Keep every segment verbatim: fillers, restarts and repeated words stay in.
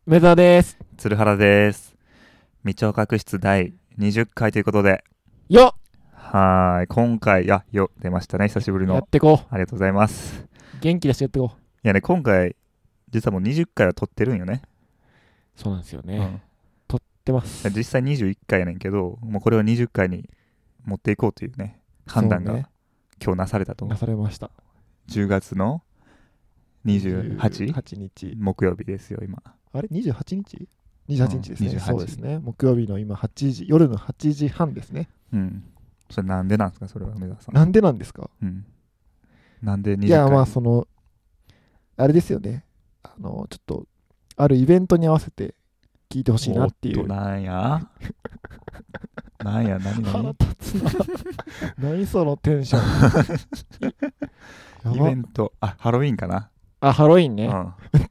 梅澤です。 鶴原です。未聴覚室だいにじゅっかいということで、 よっはーい、今回、あ、よ、出ましたね、久しぶりの。 やってこう。 ありがとうございます。 元気出してやってこう。 いやね、今回、実はもうにじゅっかいは撮ってるんよね。 そうなんですよね。 うん、 撮ってます。 実際にじゅういっかいやねんけど、もうこれをにじゅっかいに持っていこうというね、判断が、 ね、 今日なされたと。 なされました。 じゅうがつのにじゅうはちにち木曜日ですよ、今。 あれ ?にじゅうはちにち ?にじゅうはちにちですね、 うん、にじゅうはちそうですね。木曜日の今はちじ、夜のはちじはんですね。 うん。それなんでなんですか、それは梅澤さん。 なんでなんですか？ うん。なんでにじゅっかい？ いや、まあその、あれですよね。あの、ちょっと、あるイベントに合わせて聞いてほしいなっていう。 おっと、なんやなんや、何腹何立つな。何そのテンション。 イベント、あ、ハロウィンかな。 あ、ハロウィンね。 うん。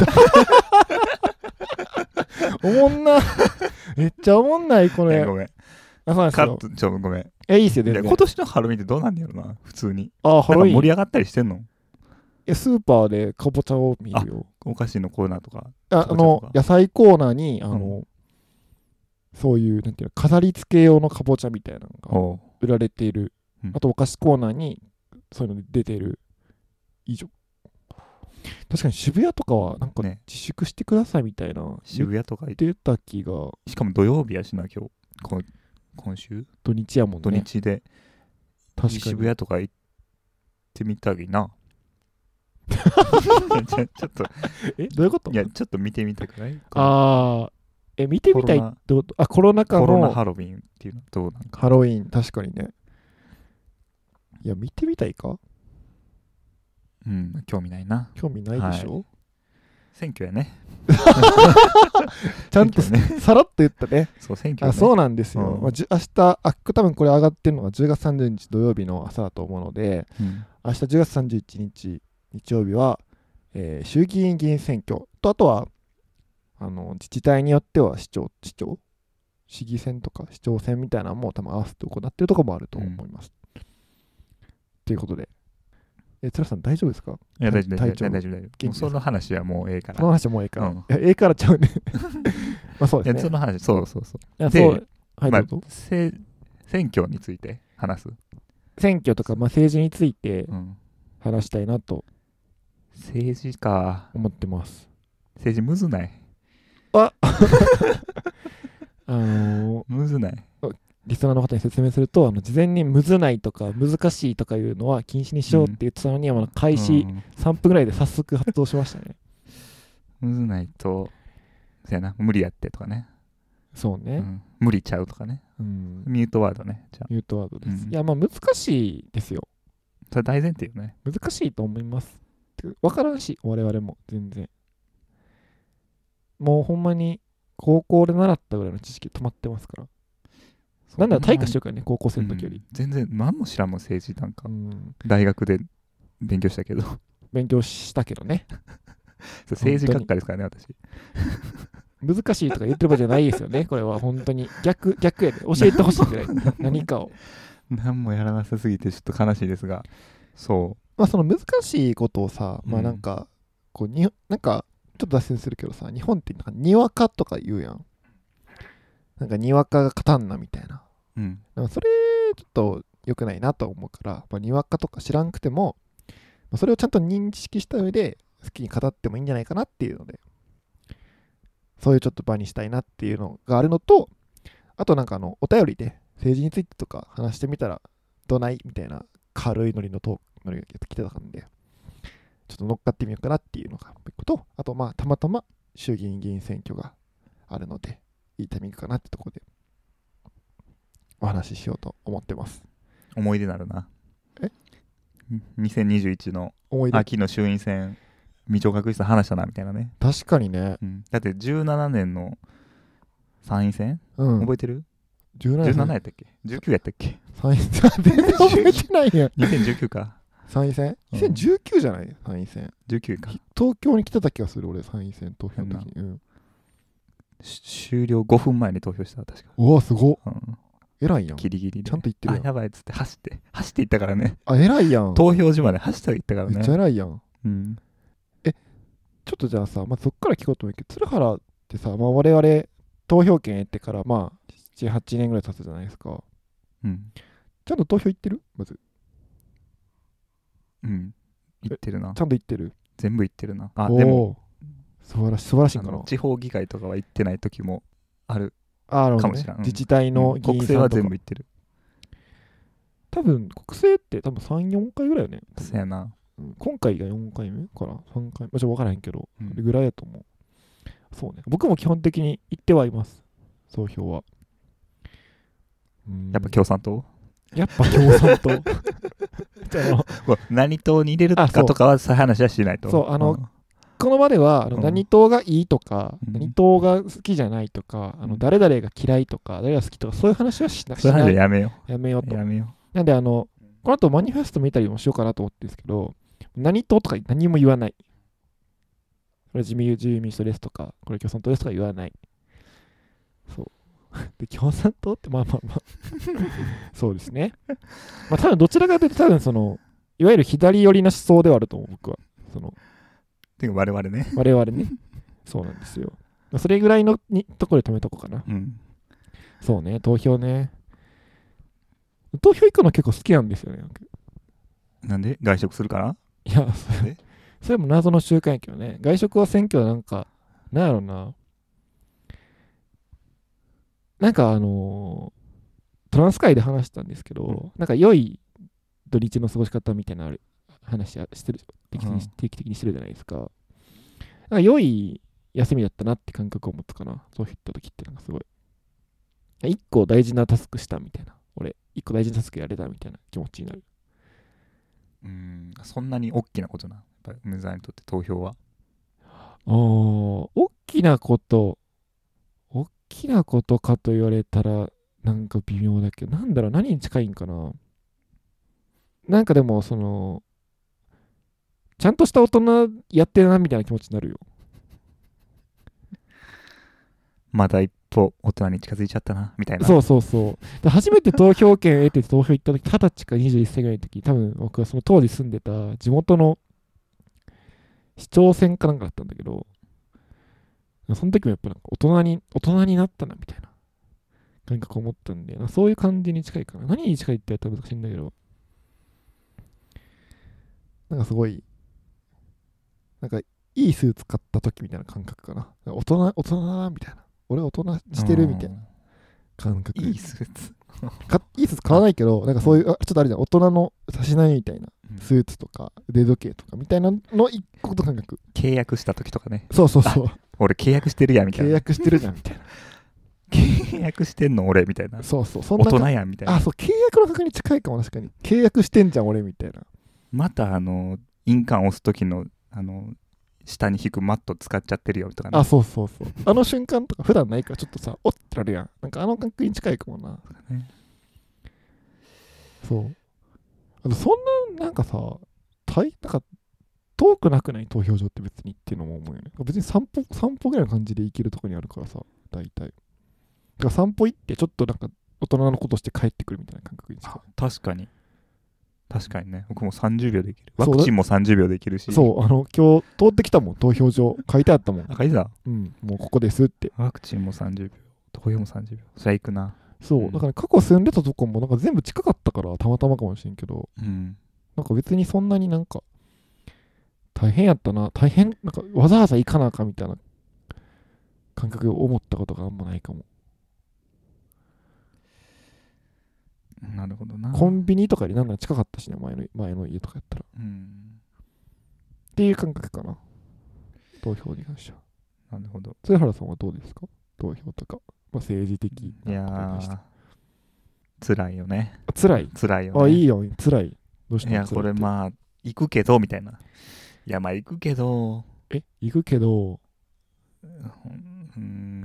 おもんな。めっちゃおもんない、これ。 えごめん。 あ、そうなんですよ。 カット、ちょ、ごめん。 え、いいっすよ、全いや、 然。 今年のハロウィンってどうなんねやろな、普通に。 あ、ハロウィン。 なんか盛り上がったりしてんの？ いや、スーパーでかぼちゃを見るよ。 お菓子のコーナーとか。 あ、あの、野菜コーナーに、あの、うん、そういう、なんていうの、飾り付け用のかぼちゃみたいなのが売られている。うん、あと、お菓子コーナーに、そういうの出ている。以上。確かに渋谷とかはなんか自粛してくださいみたいな、ね、 渋谷とか言ってた気が。 しかも土曜日やしな、今日こ今週土日やもんね。 土日で確かに渋谷とか行ってみたいな。ちょ, ちょっとえどういうこと？ いやちょっと見てみたくない？ ああえ見てみたいってこと？あコロナ禍のコロナハロウィンっていうのはどうなんか。 ハロウィン確かにね。いや見てみたいか？ うん、興味ないな。 興味ないでしょ、はい、 選挙やね。 ちゃんと、ね、さらっと言ったね。 そう、選挙、ね、 あそうなんですよ。 うん、 まあ、明日、あ、多分これ上がってるのがじゅうがつさんじゅうにち土曜日の朝だと思うので、うん、明日じゅうがつさんじゅういちにち日曜日は、えー、衆議院議員選挙と、あとはあの自治体によっては市長、市長市議選とか市長選みたいなのも多分合わせて行っているところもあると思います。と、うん、いうことで。え、つらさん大丈夫ですか？ いや、大丈夫、大丈夫、大丈夫、大丈夫。その話はもうええから。 その話はもうええから。うん、いや、ええからちゃうね。まあそうですね。 いや、その話、そうそうそう。 いや、そう、はい、 まあ、 どうぞ。 選挙について話す。 選挙とか、まあ、政治について話したいなと、 うん、政治か思ってます。 政治むずない？ ああのー、 むずない？ リスナーの方に説明すると、あの事前にむずないとか難しいとかいうのは禁止にしようって言ってたのに、うん、開始さんぷんぐらいで早速発動しましたね。 むずないと、そうやな、無理やってとかね。 そうね。うん、 無理ちゃうとかね。うん、ミュートワードね。じゃあミュートワードです。うん、いや、まあ難しいですよ。 それ大前提よね。 難しいと思います。わからんし、我々も全然。もうほんまに高校で習ったぐらいの知識止まってますから。なんだら退化してるからね、高校生の時より。 うん、全然、何も知らんもん、政治なんか、うん。大学で勉強したけど。 勉強したけどね。 政治学科ですからね、私。 難しいとか言ってる場合じゃないですよね、これは本当に。逆、逆やで、教えてほしいぐらい、何かを。 何もやらなさすぎてちょっと悲しいですが、そう。 まあ、その難しいことをさ、まあなんか、こうに、なんか、ちょっと脱線するけどさ、日本ってなんか、にわかとか言うやん。なんか、にわかが勝たんなみたいな。うん、それちょっと良くないなと思うから、まあ、にわかとか知らんくても、まあ、それをちゃんと認識した上で好きに語ってもいいんじゃないかなっていうので、そういうちょっと場にしたいなっていうのがあるのと、あとなんかあのお便りで政治についてとか話してみたらどないみたいな軽いノリのトークのりが来てたんで、ちょっと乗っかってみようかなっていうのが一個と、あとまあたまたま衆議院議員選挙があるのでいいタイミングかなってところでお話ししようと思ってます。 思い出なるな。 え ? にせんにじゅういち の秋の衆院選、未聴覚室話したなみたいなね。 確かにね。 うん、だってじゅうななねんの参院選、うん、覚えてる？ じゅうなな, じゅうななやったっけ ?じゅうきゅう やったっけ？ 参院選全然覚えてないやん。 にせんじゅうきゅうか。 参院選、うん、にせんじゅうきゅうじゃない参院選。 じゅうきゅうか。 東京に来てた気がする俺、参院選投票の時に。うん、 終了ごふんまえに投票した確か。 うわ、すごっ。 うん偉いやん。 ギリギリで。 ちゃんと言ってるやん。 あ、やばいっつって走って、走っていったからね。 あ、偉いやん。 投票所まで走っていったからね。 めっちゃ偉いやん。 うん。 え、ちょっとじゃあさ、まあ、そっから聞こうと思うけど、鶴原でさ、まあ、我々投票権得てからまあななはちねんぐらい経つじゃないですか。 うん。 ちゃんと投票行ってる？まず。 うん。行ってるな。 ちゃんと行ってる？ 全部行ってるな。あ、でも素晴らしい素晴らしいかな。 地方議会とかは行ってない時もあるかもしれない、ねうん、 自治体の議員さんとか、うん、 国政は全部行ってる。 多分国政って多分さん、よんかいぐらいよね。 そうやな、 うん、今回がよんかいめかな、さんかいめ、まあ、ちょっと分からへんけど、うん、それぐらいやと思う。そうね、僕も基本的に行ってはいます、投票は。 うん、やっぱ共産党やっぱ共産党何党に入れるかとかはそういう話はしないと。 そうあの、うん、この場ではあの何党がいいとか、うん、何党が好きじゃないとか、うん、あの誰々が嫌いとか誰が好きとかそういう話はしない。 そういう話はやめようやめようと。 やめようなんであのこの後マニフェスト見たりもしようかなと思ってるんですけど、何党とか何も言わない。これ自民自由民主党ですとか、これ共産党ですとか言わない。そうで共産党ってまあまあまあそうですね。まあ多分どちらかというと多分そのいわゆる左寄りな思想ではあると思う、僕は。そのてか我々ね。 我々ね。そうなんですよ。それぐらいのにところで止めとこうかな。 うん。 そうね、投票ね。投票行くの結構好きなんですよね。 なんで外食するから？ いや、それ、それも謎の習慣やけどね。外食は選挙はなんか、なんやろな。なんかあのー、トランス会で話したんですけど、うん、なんか良い土日の過ごし方みたいな話してる、定期的に、うん、定期的にしてるじゃないですか。なんか良い休みだったなって感覚を持つかな。そういった時ってなんかすごい。一個大事なタスクしたみたいな。俺、一個大事なタスクやれたみたいな気持ちになる。 うーん、そんなに大きなことな。やっぱり梅沢にとって投票は。 ああ、大きなこと、大きなことかと言われたら、なんか微妙だけど、なんだろう、何に近いんかな。なんかでも、その、ちゃんとした大人やってるなみたいな気持ちになるよ。 まだ一歩大人に近づいちゃったなみたいな。 そうそうそう。で初めて投票権を得て投票行った時、はたちかにじゅういっさいぐらいの時、多分僕はその当時住んでた地元の市長選かなんかだったんだけど、その時もやっぱなんか大人に、大人になったなみたいな感覚を持ったんで、そういう感じに近いかな。何に近いって言ったら難しいんだけど、なんかすごい、なんかいいスーツ買った時みたいな感覚かな。大人、大人だなみたいな。俺大人してるみたいな感覚。 いいスーツかいいスーツ買わないけど、なんかそういう、あ、ちょっとあれじゃん、大人のたしなみみたいな、スーツとか腕時計とかみたいなの一個と感覚。 契約した時とかね。 そうそうそう。 俺契約してるやんみたいな。 契約してるじゃんみたいな。 契約してんの俺みたいな。 そうそう。 そんな大人やんみたいな。 あ、そう、契約の確認に近いかも確かに。契約してんじゃん俺みたいな。 またあの、印鑑押す時の、あの、下に引くマット使っちゃってるよとかね。 あ、そうそうそう。あの瞬間とか普段ないからちょっとさ、おってなるやん。なんかあの感覚に近いかもな。ね、そう。あとそんな、なんかさ、大なんか遠くなくない投票所って別にっていうのも思うよね。別に散歩、散歩ぐらいの感じで行けるとこにあるからさ、大体。だから散歩行ってちょっとなんか大人のことして帰ってくるみたいな感覚に近い。 確かに。確かにね、僕もさんじゅうびょうできる。ワクチンもさんじゅうびょうできるし。 そう、あの、今日通ってきたもん、投票所。書いてあったもん。 あ、書いてた？ うん、もうここですって。 ワクチンもさんじゅうびょう、投票もさんじゅうびょう。そりゃ行くな。 そう、うん、だから過去住んでたとこもなんか全部近かったからたまたまかもしれんけど、 うん、 なんか別にそんなになんか大変やったな、大変、なんかわざわざ行かなあかみたいな感覚を思ったことがあんまないかも。 なるほどな。 コンビニとかよりなんなら近かったしね、前の、前の家とかやったら。 うん。 っていう感覚かな。投票に関しては。 なるほど。 鶴原さんはどうですか？投票とか。まあ、政治的な。いやー、辛いよね。 辛い辛いよね。 あ、いいよ、辛い。どうしたの？ いや、これまあ、行くけど、みたいな。いや、まあ行くけど。 え、行くけど、 うん、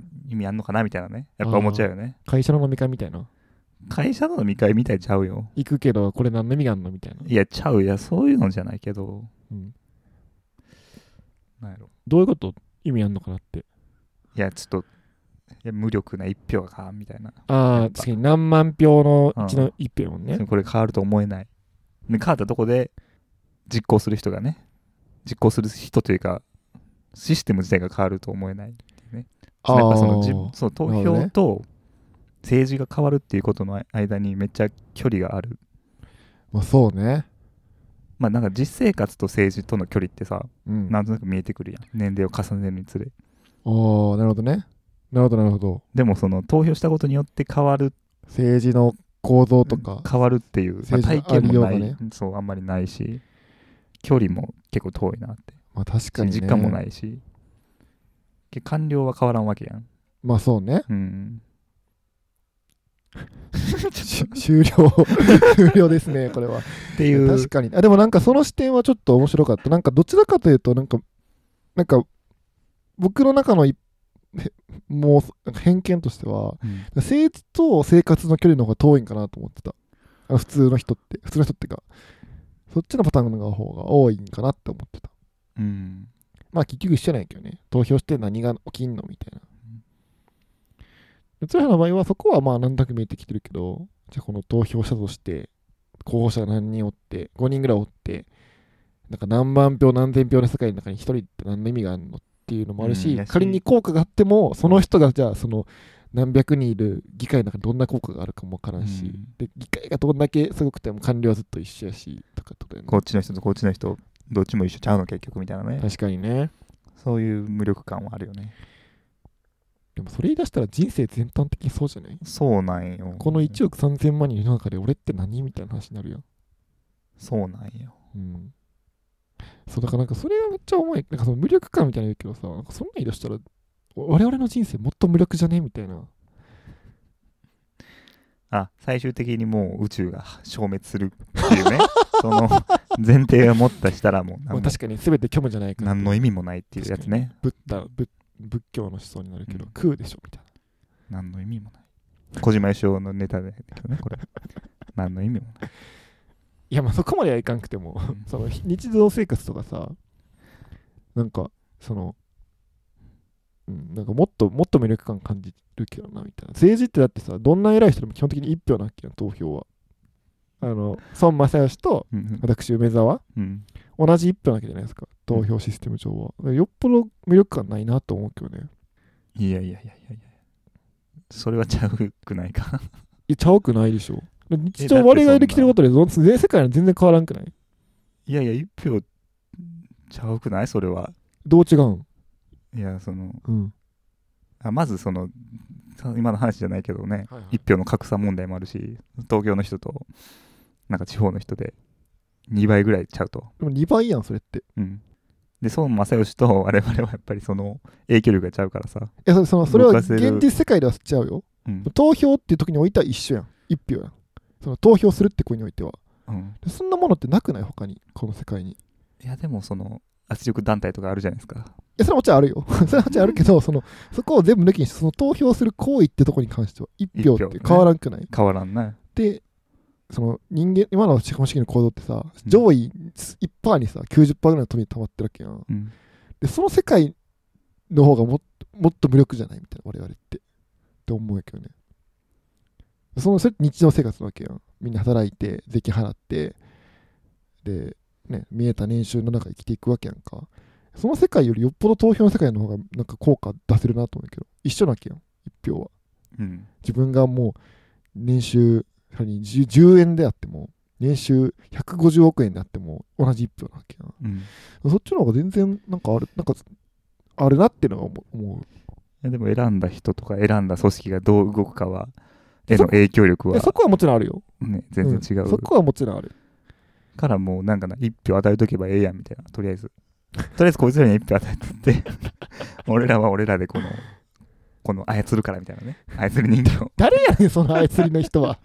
意味あんのかなみたいなね。やっぱ思っちゃうよね。 会社の飲み会みたいな。 会社の飲み会みたいちゃうよ。 行くけど、これ何の意味があんのみたいな。 いや、ちゃう。いや、そういうのじゃないけど。うん。なんやろ。 どういうこと意味あんのかなって。 いや、ちょっと、いや無力な一票か、みたいな。 ああ、確かに何万票のうちの一票もね、 うん。これ変わると思えない。で、変わったとこで、実行する人がね、実行する人というか、システム自体が変わると思えない、ね。 あなんかその自分ーそう投なるほどね票と政治が変わるっていうことの間にめっちゃ距離がある。 まあそうね。 まあなんか実生活と政治との距離ってさ、 うん。 なんとなく見えてくるやん、年齢を重ねるにつれ。 おー、なるほどね。なるほどなるほど。 でもその投票したことによって変わる政治の構造とか。 変わるっていう、まあ、 政治体験もない、 のありようがねそうあんまりないし、距離も結構遠いなって、 まあ確かにね。 実感もないし、け官僚は変わらんわけやん。 まあそうね。 うんし終了終了ですねこれは。 っていう。 確かに。あでもなんかその視点はちょっと面白かった。なんかどちらかというとなんかなんか僕の中のいへもうなんか偏見としてはうん政治と生活の距離の方が遠いんかなと思ってた。あの普通の人って普通の人っていうかそっちのパターンの方が多いんかなって思ってた。 うんまあ結局一緒なんやけどね。投票して何が起きんのみたいな。つらの場合はそこはまあ何となく見えてきてるけど、じゃあこの投票者として候補者が何人おってごにんぐらいおってなんか何万票何千票の世界の中に一人って何の意味があるのっていうのもあるし、 うんやし仮に効果があってもその人がじゃあその何百人いる議会の中にどんな効果があるかもわからんし、 うんで議会がどんだけすごくても官僚はずっと一緒やしとかとか、ね、 こっちの人とこっちの人どっちも一緒ちゃうの結局みたいなね。 確かにね。 そういう無力感はあるよね。 でもそれ言い出したら人生全般的にそうじゃない？ そうなんよ。 このいちおくさんぜん万人の中で俺って何みたいな話になるやん。 そうなんよ。 うん。そうだからなんかそれがめっちゃ重い。なんかその無力感みたいなの言うけどさ、なんかそんなん言い出したら我々の人生もっと無力じゃねみたいな。 あ、最終的にもう宇宙が消滅するっていうねその前提を持ったしたらもうまあ、 何も確かに全て虚無じゃないか何の意味もないっていうやつね。 ブッダ仏仏教の思想になるけど、 うん空でしょみたいな。 何の意味もない。小島よしおのネタだけどねこれ何の意味もない。 いやまあそこまではいかんくてもその日常生活とかさ、なんかその、うん、なんかもっともっと魅力感感じるけどなみたいな。政治ってだってさ、どんな偉い人でも基本的に一票なわけやん、投票は。あの孫正義とうん私梅沢、 うん同じ一票なわけじゃないですか、投票システム上は。だからよっぽど魅力感ないなと思うけどね。 いやいやいやいやいやそれはちゃうくないかいやちゃうくないでしょ。日常我々ができてることで全世界の全然変わらんくない？ いやいや一票ちゃうくないそれは。 どう違うん？ いやそのうん。 あまずその今の話じゃないけどね、 はいはい、 一票の格差問題もあるし、東京の人となんか地方の人でにばいぐらいちゃうと。 でもにばいやんそれって。 うんで孫正義と我々はやっぱりその影響力がちゃうからさ。 いや そ, そのそれは動かせる現実世界ではちゃうよ、 うん、 投票っていう時においては一緒やん、一票やん。その投票するって行為においては、 うん、 でそんなものってなくない？他にこの世界に。いいやでもその圧力団体とかあるじゃないですか。 やそれはもちろんあるよそれはもちろんあるけど、そのそこを全部抜きにしてその投票する行為ってとこに関しては一票って変わらんくない？ 変わらんな。 でその人間今の資本主義の構造ってさ、上位 いちパーセント にさ きゅうじゅっパーセント ぐらいの富に溜まってるわけやん、 うん、 でその世界の方がもっともっと無力じゃないみたいな、我々ってって思うんやけどね。そのそれって日常生活なわけやん。みんな働いて税金払ってで、ね、見えた年収の中で生きていくわけやんか。その世界よりよっぽど投票の世界の方がなんか効果出せるなと思うけど、一緒なわけやん一票は。 うん、 自分がもう年収 10, じゅうえんであっても年収ひゃくごじゅうおくえんであっても同じ一票なわけやん、うん、そっちの方が全然なんかあるなんかあるなっていうのは思う。思う。 いやでも選んだ人とか選んだ組織がどう動くかはへの影響力はそ, そこはもちろんあるよ、 ね、全然違う、うん、 そこはもちろんあるからもうなんかな一票与えとけばええやんみたいな。とりあえずとりあえずこいつらに一票与えとって俺らは俺らでこのこの操るからみたいなね。操り人形誰やねんその操りの人は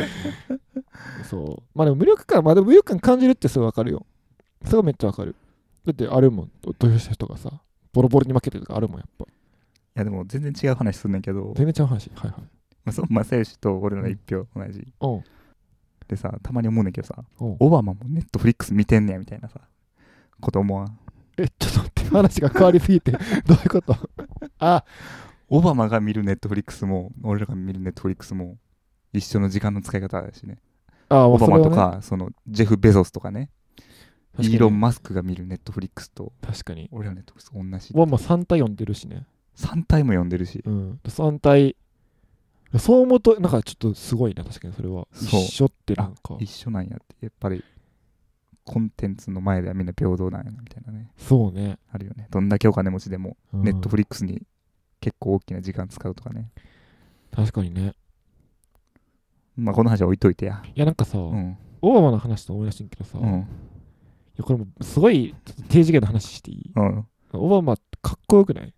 そうまあでも無力感まあでも無力感感じるってそれ分かるよ。それはめっちゃ分かる。だってあるもん、投票した人がさボロボロに負けてるとかあるもんやっぱ。いやでも全然違う話すんねんけど、 全然違う話。はいはい。 まあ、そう正義と俺らの一票同じ、 うん、 でさたまに思うねんけどさ、 うん、 オバマもネットフリックス見てんねやみたいなさこと思わん？ えちょっと待って話が変わりすぎてどういうことあオバマが見るネットフリックスも俺らが見るネットフリックスも一緒の時間の使い方だしね。 あオバマとかそ,、ね、 そのジェフ・ベゾスとかね、イーロン・マスクが見るネットフリックスと確かに俺らのネットフリックス同じ。 オバマさん対よん出るしね。 さん体も読んでるし、 うん、さん体そう思うとなんかちょっとすごいな。確かにそれは一緒ってなんか一緒なんやって、やっぱりコンテンツの前ではみんな平等なんやなみたいなね。 そうね、 あるよね。どんだけお金持ちでも、 うん、 ネットフリックスに結構大きな時間使うとかね。 確かにね。 まあこの話は置いといてや。 いやなんかさ、 うん、 オバマの話と思い出してんけどさ、 うん、 いやこれもすごい低次元の話していい？ うん、 オバマかっこよくない？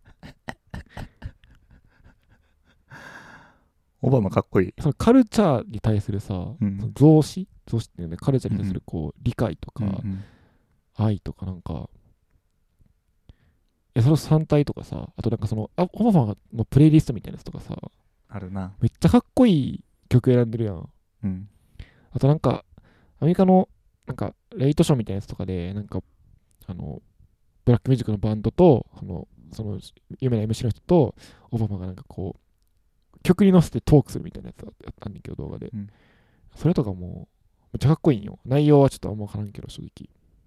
オバマかっこいい。 そのカルチャーに対するさ、 うん、 その増資増資っていうね、カルチャーに対するこう、理解とか、 うんうん、 愛とかなんか、いやそのさん体とかさ、あとなんかそのあオバマのプレイリストみたいなやつとかさ、 あるな。 めっちゃかっこいい曲選んでるやん。 うん、 あとなんかアメリカのなんかレイトショーみたいなやつとかで、なんかあのブラックミュージックのバンドとそのその有名な エムシー の人とオバマがなんかこう曲に乗せてトークするみたいなやつやったんだけど動画で、 うん、 それとかもめっちゃかっこいいんよ。内容はちょっとあんま分からんけど正直。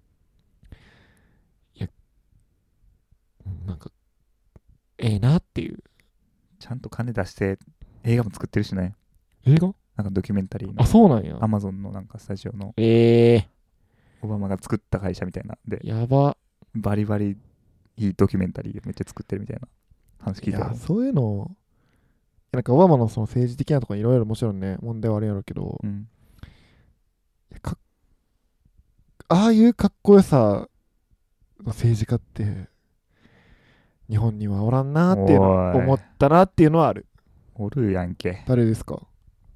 いやなんかええー、なっていう。 ちゃんと金出して映画も作ってるしね。 映画なんかドキュメンタリーの。 あ、そうなんや。 アマゾンのなんかスタジオのええオバマが作った会社みたいなで、 ー、やば。 バリバリいいドキュメンタリーめっちゃ作ってるみたいな話聞いたよ。 いやそういうのなんかオバマのその政治的なところいろいろもちろんね問題はあるやろうけど、 うん、 かああいうかっこよさの政治家って日本にはおらんなーっていうのを思ったなっていうのはある。 おるやんけ。 誰ですか？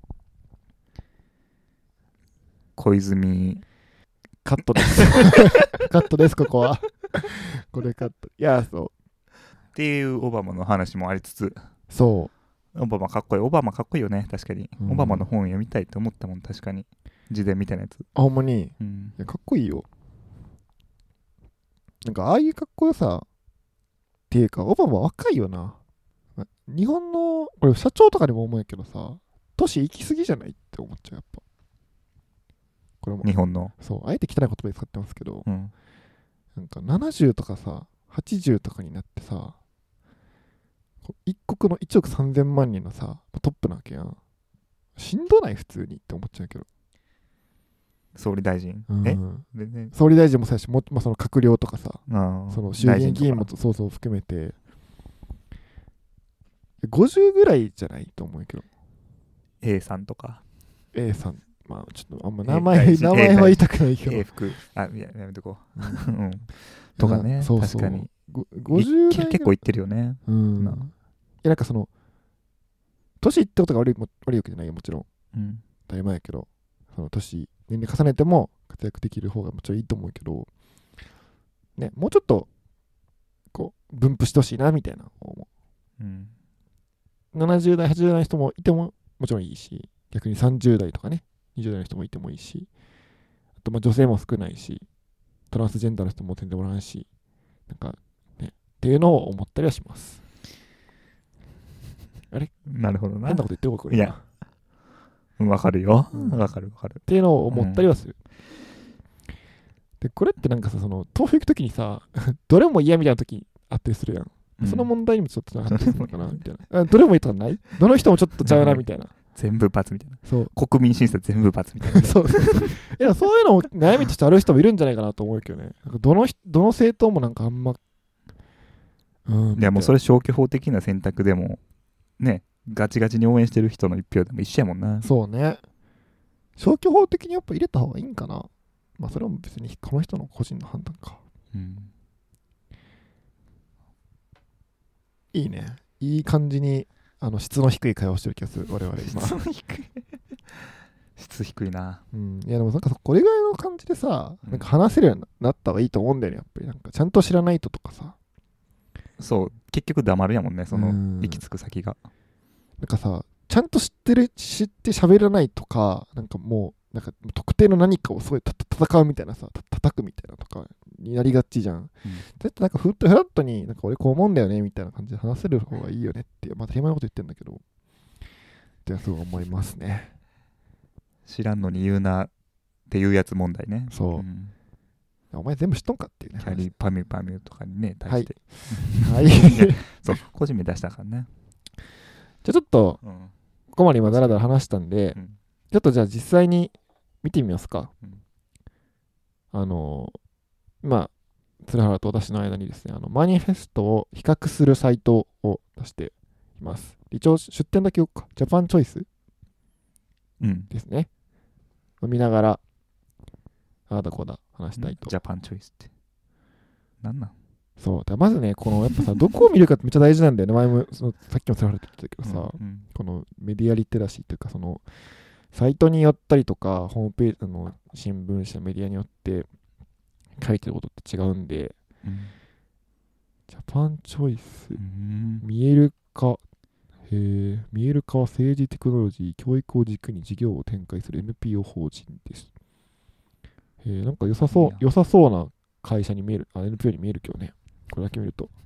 小泉。 カットですカットですここはこれカット。いやそうっていうオバマの話もありつつ、 そうオバマかっこいい。オバマかっこいいよね、確かに。 うん、 オバマの本読みたいって思ったもん、確かに。自伝みたいなやつ。 あほんまに、 うん、 いやかっこいいよ。なんかああいうかっこよさっていうかオバマ若いよな。日本の俺社長とかにも思うんやけどさ、年行き過ぎじゃないって思っちゃう。やっぱこれも日本の。 そうあえて汚い言葉で使ってますけど、 うん、 なんかななじゅうとかさはちじゅうとかになってさ、一国のいちおくさんぜんまん人のさトップなわけやん。しんどない普通にって思っちゃうけど。 総理大臣、 うん、 え全然総理大臣もそうやし、も、まあ、その閣僚とかさ、 あその衆議院議員もそうそう含めてごじゅうぐらいじゃないと思うけど。 A さんとか A さん、まあちょっとあんま名前名前は言いたくないけど A 服あいややめとこう、うん、とかね。 そうそう確かにごじゅう代結構いってるよね。 うん。いやなんかその年いったことが悪い悪いわけじゃないよもちろん。 うん、 当たり前やけど、その年年齢重ねても活躍できる方がもちろんいいと思うけど、ね、もうちょっとこう分布してほしいなみたいな思う。うん、 ななじゅう代はちじゅう代の人もいてももちろんいいし、逆にさんじゅう代とかねにじゅう代の人もいてもいいし、あとまあ女性も少ないし、トランスジェンダーの人も全然おらんし、なんかねっていうのを思ったりはします。あれなるほどな。 変なこと言ってるこれ。 いやわかるよ。わ、うん、かるわかる。 っていうのを思ったりはする。うん、で、これってなんかさ、その、投票行くときにさ、どれも嫌みたいなときあったりするやん。うん、その問題にもちょっとなかったりするのかなみたいな。どれもいいとかないどの人もちょっとちゃうなみたいな。 全部罰みたいな。 そう。 国民審査全部罰みたいな。 そう。いや、そういうのも悩みとしてある人もいるんじゃないかなと思うけどね。なんかどの、どの政党もなんかあんま、 うん。いや、もうそれ消去法的な選択でも、ね、ガチガチに応援してる人の一票でも一緒やもんな。 そうね。消去法的にやっぱ入れた方がいいんかな。まあそれは別にこの人の個人の判断か。 うん、 いいね。いい感じにあの質の低い会話をしてる気がする。我々今。 質の低い。質低いな。 うん。いやでもなんかこれぐらいの感じでさ、なんか話せるようになった方がいいと思うんだよね。やっぱりなんかちゃんと知らないととかさ。 そう結局黙るやもんね。その行き着く先が。 なんかさ、ちゃんと知ってる知って喋らないとか、なんかもうなんか特定の何かをすごいたた戦うみたいなさ、た叩くみたいなとかになりがちじゃん。うん、だってなんかフットフラットになんか俺こう思うんだよねみたいな感じで話せる方がいいよねっていう、まあ当たり前のこと言ってるんだけど、ってすごい思いますね。 知らんのに言うなっていうやつ問題ね。 そう。 うん、 お前全部知っとんかっていうね。 キャリーパミュパミュとかにね、対して。 はい。はい、 そう、個人名出したからね。 じゃあちょっと、うん、ここまで今だらだら話したんで、うん、ちょっとじゃあ実際に見てみますか。うん、あのー、まあ、鶴原と私の間にですね、あのマニフェストを比較するサイトを出しています。一応出展だけよっか。ジャパンチョイス、うん、ですね。見ながら、ああだこうだ話したいと。 ジャパンチョイスって。なんなんそう。だまずね、このやっぱさ、どこを見るかってめっちゃ大事なんだよね。前もそのさっきも鶴原って言ってたけどさ、うんうん、このメディアリテラシーというか、その、サイトによったりとか、ホームページの新聞社、メディアによって書いてることって違うんで、うん、ジャパンチョイス、うん、見える化、へえ、見える化は政治テクノロジー、教育を軸に事業を展開する エヌピーオー 法人です。へえ、なんか良さそう、良さそうな会社に見える、あ、エヌピーオー に見えるけどね。これだけ見ると。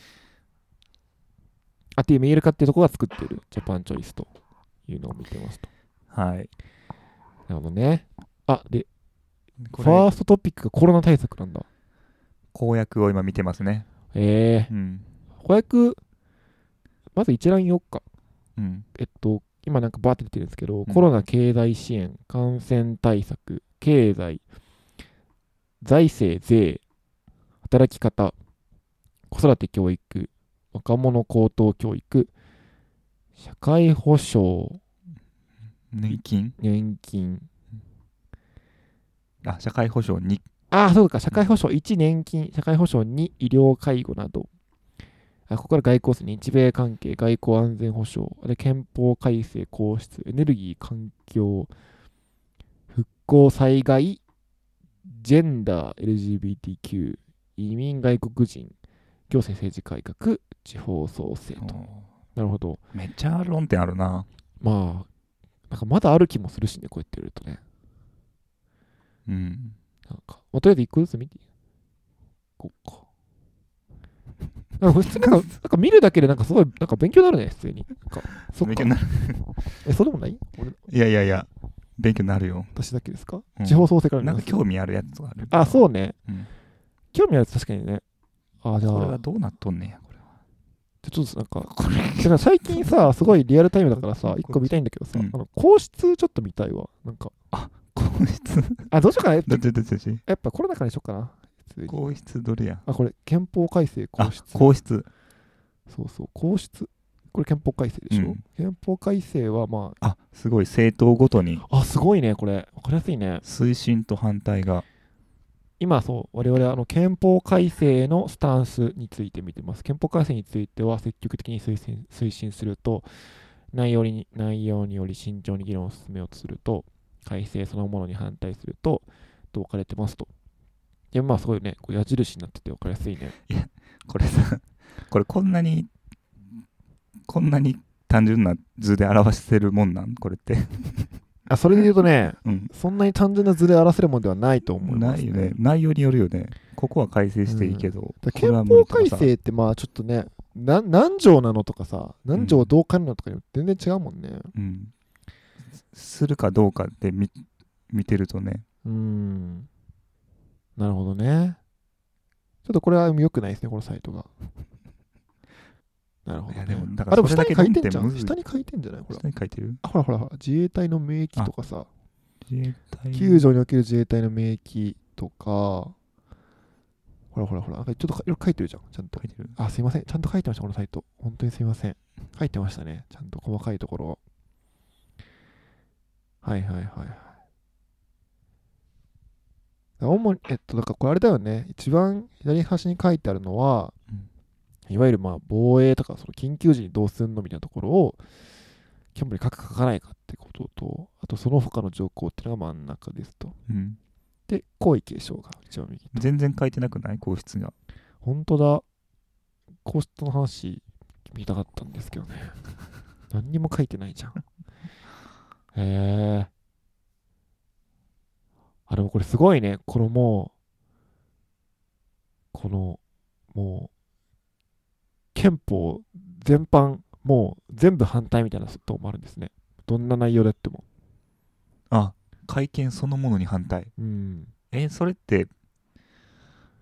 あ、っていう見える化っていうところが作っているジャパンチョイスというのを見てますと。 はい。 なるほどね。あ、で、ファーストトピックがコロナ対策なんだ。 公約を今見てますね。 ええー。うん、公約、まず一覧言おうか。うん、えっと、今なんかバーって出てるんですけど、うん、コロナ経済支援、感染対策、経済、財政、税、働き方、子育て教育、若者高等教育、社会保障、 年金年金。 あ、社会保障に。 ああ、そうか、社会保障いち、年金、社会保障に、医療介護など。あ、ここから外交ですね。日米関係、外交安全保障、で憲法改正、皇室、エネルギー、環境、復興、災害、ジェンダー、エルジービーティーキュー、移民、外国人、行政政治改革、地方創生と。なるほど。 めっちゃ論点あるな。 まあ、なんかまだある気もするしね、こうやって言うとね。 うん。 なんか、まあ、とりあえず一個ずつ見て。こうか。なんか普通になんか、なんか見るだけでなんかすごい、なんか勉強になるね、普通に。なんか、そっか。勉強になる。え、そうでもない？ いやいやいや、勉強になるよ。 私だけですか？うん、地方創生からなんか興味あるやつがある。 あ、そうね。うん、興味あるやつ確かにね。あ、じゃあ。 これはどうなっとんねんや、これは。 ちょっとなんか、これだから最近さ、すごいリアルタイムだからさ、一個見たいんだけどさ、うん、あの皇室ちょっと見たいわ。なんか。 あ、皇室あ、どうしようかな。 どっちどっちどっちやっぱコロナ禍にしようかな。 皇室どれや。 あ、これ、憲法改正皇室。 皇室。 そうそう、皇室。これ憲法改正でしょ、うん、憲法改正はまあ。あ、すごい、政党ごとに。 あ、すごいね、これ。わかりやすいね。 推進と反対が。 今、そう、我々はあの憲法改正のスタンスについて見てます。憲法改正については積極的に推進推進すると、内容に、内容により慎重に議論を進めようとすると、改正そのものに反対すると、と分かれてますと。いや、まあ、すごいね、こう矢印になってて分かりやすいね。 いや、これさ、これこんなに、こんなに単純な図で表せるもんなんこれって。 あ、それで言うとね、うん、そんなに単純な図で表せるものではないと思います、ね。 ないよね。内容によるよね。ここは改正していいけど。 うん、憲法改正ってまあちょっとね、な何条なのとかさ、何条をどう変えるのとかに全然違うもんね。 うん。するかどうかで見、見てるとね。 うん。なるほどね。ちょっとこれは良くないですね、このサイトが。なるほど、ね。いやでも、だからそれだけ論点むずい。下に書いてんじゃない？これ。 下に書いてる？ あ、ほらほらほら、自衛隊の免疫とかさ、 自衛隊救助における自衛隊の免疫とか、ほらほらほら、ちょっといろいろ書いてるじゃん、ちゃんと。 書いてる。 あ、すいません、ちゃんと書いてました、このサイト。本当にすいません。書いてましたね、ちゃんと細かいところを。はいはいはいはい。主に、えっと、だからこれあれだよね、一番左端に書いてあるのは、うんいわゆるまあ防衛とかその緊急時にどうするのみたいなところをキャンプに書くか書かないかってことと、あとその他の条項っていうのが真ん中ですと。うん、で、皇位継承が一番右。 全然書いてなくない皇室が。 本当だ。皇室の話見たかったんですけどね。何にも書いてないじゃん。へえ。あ、でもこれすごいね。このもう、この、もう、憲法全般もう全部反対みたいなこともあるんですね。どんな内容であっても。 あ、会見そのものに反対。うん。え、それって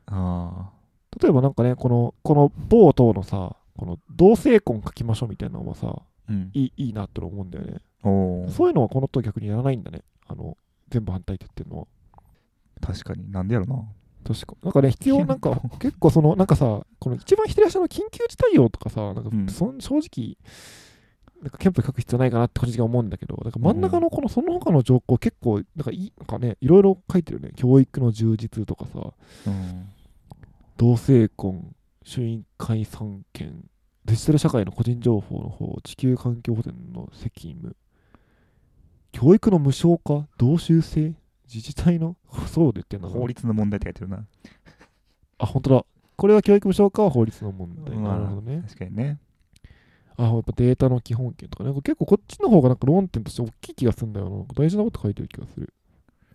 あ例えばなんかね、この、この某党のさ、この同性婚書きましょうみたいなのはさ、 うん、 いいいいなって思うんだよね。 おそういうのはこの党逆にやらないんだね。あの、全部反対って言ってるのは。 確かになんでやろな。 確か。なんかね、必要、なんか結構その、なんかさ、この一番左足の緊急事態用とかさ、なんかそ、うん、正直、なんか憲法に書く必要ないかなって個人的に思うんだけど、なんか真ん中のこのその他の条項結構、なんかいい、なんかね、いろいろ書いてるね。教育の充実とかさ、 うん、 同性婚、衆院解散権、デジタル社会の個人情報の方、地球環境保全の責務、教育の無償化、同州制、自治体の、そうで言ってんだな。 法律の問題って書いてるな。 あ、本当だ。これは教育無償化は法律の問題。 まあ、 なるほどね。 確かにね。 あ、やっぱデータの基本権とかね。結構こっちの方がなんか論点として大きい気がするんだよな。大事なこと書いてる気がする。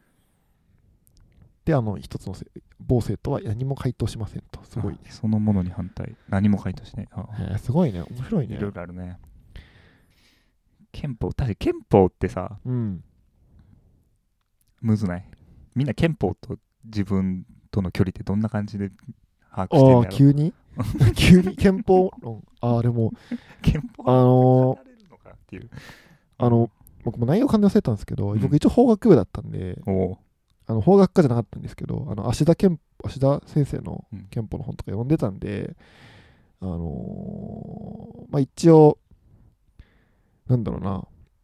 で、あの、一つの某生徒は何も回答しませんと。すごいね。 そのものに反対。何も回答しない。ああすごいね。面白いね。 いろいろあるね。憲法、確かに憲法ってさ、 うん。 むずない。みんな憲法と自分との距離ってどんな感じで把握してるんだろう。 ああ、急に急に憲法論。ああ、でも、 憲法あの語れるのかっていう。 あの、僕も内容考え忘れたんですけど、うん、僕一応法学部だったんで、あの法学科じゃなかったんですけど、あの芦田憲芦田先生の憲法の本とか読んでたんで、うん、あのー、まあ一応、なんだろうな、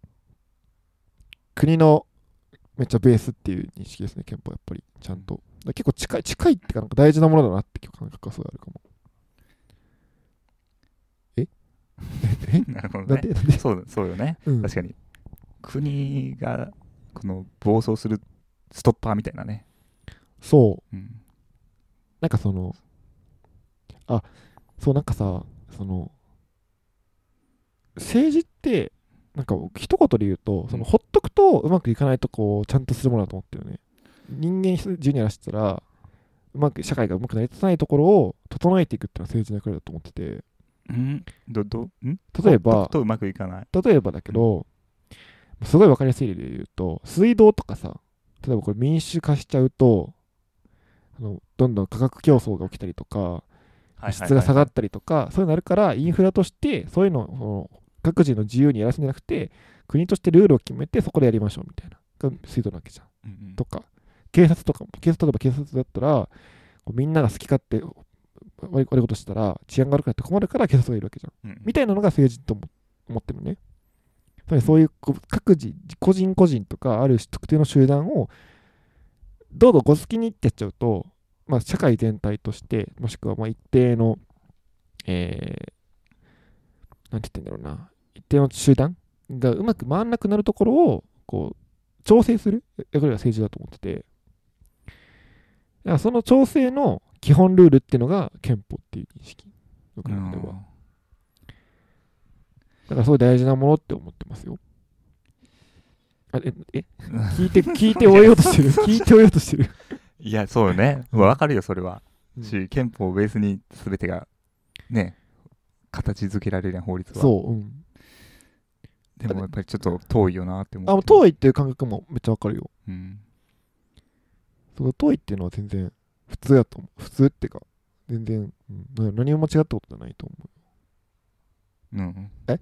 国のめっちゃベースっていう認識ですね、憲法やっぱり、ちゃんと。結構近い、近いっていうか、なんか大事なものだなっていう感覚がすごいあるかも。ええなるほどね。 なんでなんでそうそうよね、うん、確かに。国がこの暴走するストッパーみたいなね。 そう。 うん、 なんかその、あ、そうなんかさ、その、政治って、なんか一言で言うと、そのほっとくとうまくいかないとこうちゃんとするものだと思ってるよね。人間自由にやらせたら、うまく社会がうまく成り立たないところを整えていくっていうのは政治の役割だと思ってて。 んどどん例えば、 ほっとくとうまくいかない。 例えばだけど、うん、すごい分かりやすい例で言うと、水道とかさ、例えばこれ民主化しちゃうと、あのどんどん価格競争が起きたりとか、質が下がったりとか、そういうのあるから、インフラとして、そういうのを各自の自由にやらせるんじゃなくて、国としてルールを決めて、そこでやりましょうみたいな。が水道なわけじゃん。うんうん、とか、警察とかも、警察、例えば警察だったら、みんなが好き勝手悪いことしたら、治安が悪くなって困るから警察がいるわけじゃん。うん、みたいなのが政治と思ってるのね。つまりそういう各自、個人個人とか、ある特定の集団を、どうぞご好きにってやっちゃうと、まあ、社会全体として、もしくはまあ一定の、えー、なんて言ってんだろうな、一定の集団がうまく回らなくなるところを、こう、調整する役割が政治だと思ってて、だからその調整の基本ルールっていうのが憲法っていう認識。僕の中では。だからすごい大事なものって思ってますよ。あえ、え聞いて、聞いて終えようとしてる聞いて終えようとしてるいや、そうよね。わかるよ、それは。うん、し、憲法をベースに全てが、ね、形づけられるやん、法律は。 そう、うん。 でもやっぱりちょっと遠いよなって思う。あ、遠いっていう感覚もめっちゃわかるよ。 うん。 その遠いっていうのは全然普通だと思う。普通っていうか、全然、うん、何も間違ったことじゃないと思う。 うん。 え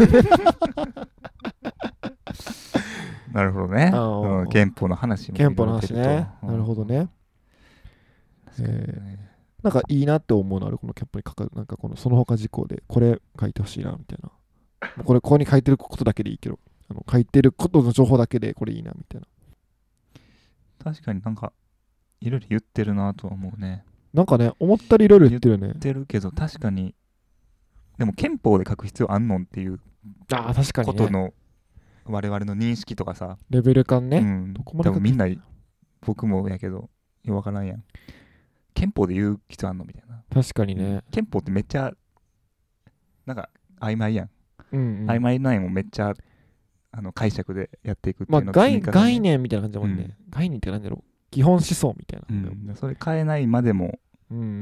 なるほどね。うん、憲法の話も。 憲法の話ね。なるほどね。えー、なんかいいなって思うのある、この憲法に書かなんかこのその他事項でこれ書いてほしいなみたいな。これここに書いてることだけでいいけど、あの書いてることの情報だけでこれいいなみたいな。 確かになんかいろいろ言ってるなとは思うね。 なんかね、思ったりいろいろ言ってるよね。 言ってるけど確かに、でも憲法で書く必要あんのんっていうことの我々の認識とかさ、 レベル感ね。 うん、どこまで多分みんな僕もやけどよくわからんやん。憲法で言う必要あんのみたいな。 確かにね、うん、 憲法ってめっちゃなんか曖昧やん、 うんうん、 曖昧ないもめっちゃあの解釈でやっていくっていうのが、まあ、概, 概念みたいな感じだもんね、うん、概念って何だろう、基本思想みたいな、 うん、それ変えないまでもうんうんうん、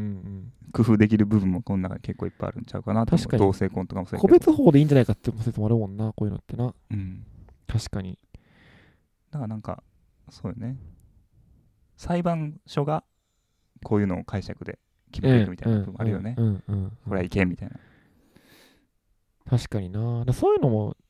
工夫できる部分もこの中に結構いっぱいあるんちゃうかなと思う。確かに同性婚とかもそうやけど個別法でいいんじゃないかって説もあるもんな、こういうのってな、 うん、 確かに。 だからなんかそうよね、裁判所がこういうのを解釈で決めていくみたいな部分もあるよね、 うんうんうんうん、 これはいけんみたいな。 確かにな。だそういうのも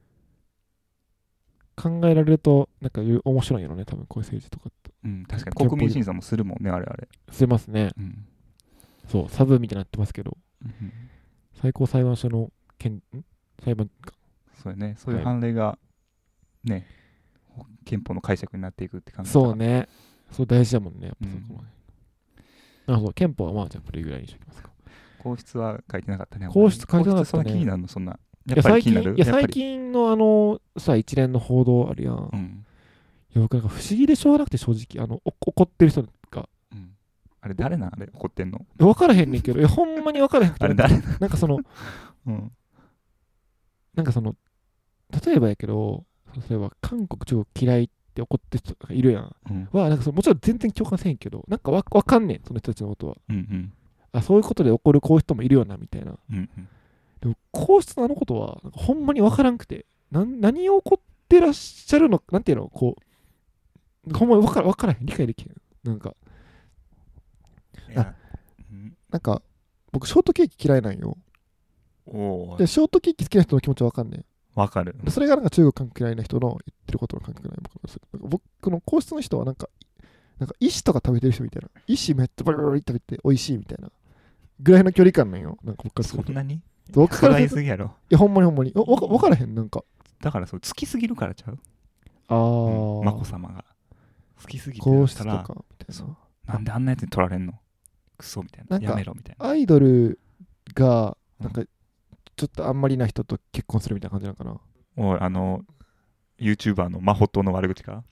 考えられるとなんか面白いよね、多分こういう政治とかって。 うん、確かに国民審査もするもんね、あれあれ。 してますね。うん、そう、サブみたいになってますけど、うん、最高裁判所の憲裁判か。 そうやね、そういう判例がね、はい、憲法の解釈になっていくって感じ。 そうね、そう大事だもんね、やっぱそこまで。うん、あ、そう、憲法はまあじゃあこれぐらいにしときますか。 皇室は書いてなかったね。 皇室書いてなかったね。 皇室そんな気になるの、そんな。やっぱり気になる。 いや最近のあのさ、一連の報道あるやん。うん、いや僕なんか不思議でしょうがなくて、正直あの怒ってる人が、うん、 あれ誰なんあれ怒ってんの。 分からへんねんけど、いやほんまに分からへんくて。 あれ誰なんかその、うん、なんかその例えばやけど、例えば韓国中国嫌いって怒ってる人がいるやん、うん、はなんかそのもちろん全然共感せんけど、なんかわ分かんねん、その人たちのことは、うんうん、あ、そういうことで怒るこういう人もいるよなみたいな、うんうん、でも皇室のあのことはなんかほんまに分からんくて、な何を怒ってらっしゃるの、なんていうの、こうほんまに分から分からへん、理解できへん。なんかあ、うん、なんか僕ショートケーキ嫌いなんよ。おでショートケーキ好きな人の気持ちは分かんねん。 わかる。 それがなんか中国韓国嫌いな人の言ってることの感覚ない。僕の皇室の人はなんかなんか石とか食べてる人みたいな、石めっちゃバリバリ食べて美味しいみたいなぐらいの距離感なんよ。なんか僕からすると。 そんなに僕からするとすぎやろ。 いやほんまにほんまにわ分からへん。なんかだからそう好きすぎるからちゃう。 ああ、うん、 眞子さまが好きすぎて皇室とかみたいな。 なんであんなやつに取られんのクソみたいな、やめろみたいな。 アイドルがなんかちょっとあんまりな人と結婚するみたいな感じなのかな。 おい、あの YouTuber のマホトの悪口か。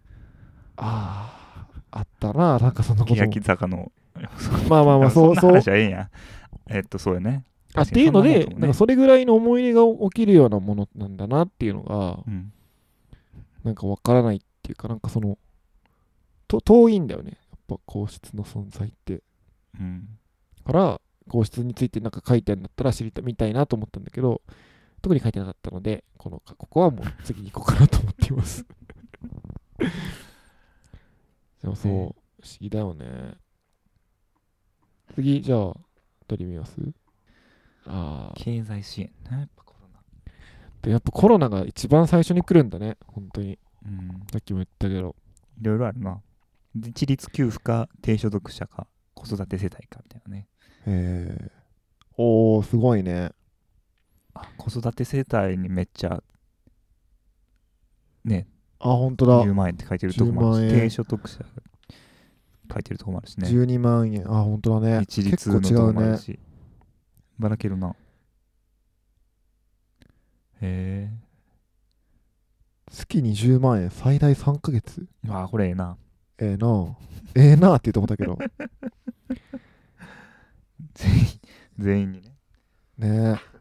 ああ、あったな、なんかそんなこと。 欅坂のまあまあまあ、そうそう。 そんな話はええんや。えっとそうやね。 あっていうので、ね、なんかそれぐらいの思い入れが起きるようなものなんだなっていうのが、うん、なんかわからないっていうか、なんかそのと遠いんだよね、やっぱ皇室の存在って、うん、から皇室についてなんか書いてあるんだったら知りたみたいなと思ったんだけど、特に書いてなかったので、このここはもう次に行こうかなと思っていますでもそう、不思議だよね。次、じゃあ取り見ます。 あ、経済支援ね、やっぱコロナで、やっぱコロナが一番最初に来るんだね、本当に、うん、さっきも言ったけどいろいろあるな。一律給付か低所得者か子育て世帯かみたいなね。 へえ。おー、すごいね。 あ、子育て世帯にめっちゃね、 あ、本当だ、 じゅうまんえんって書いてるとこもあるし、低所得者が書いてるとこもあるしね。 じゅうにまんえん、あ、本当だね。 一律のとこもあるし、ね、ばらけるな。へえ。 月にじゅうまんえん、最大さんかげつ。 ああ、これええな。 ええな。ええなって言うと思ったけど。 全員、全員にね。 ねえ。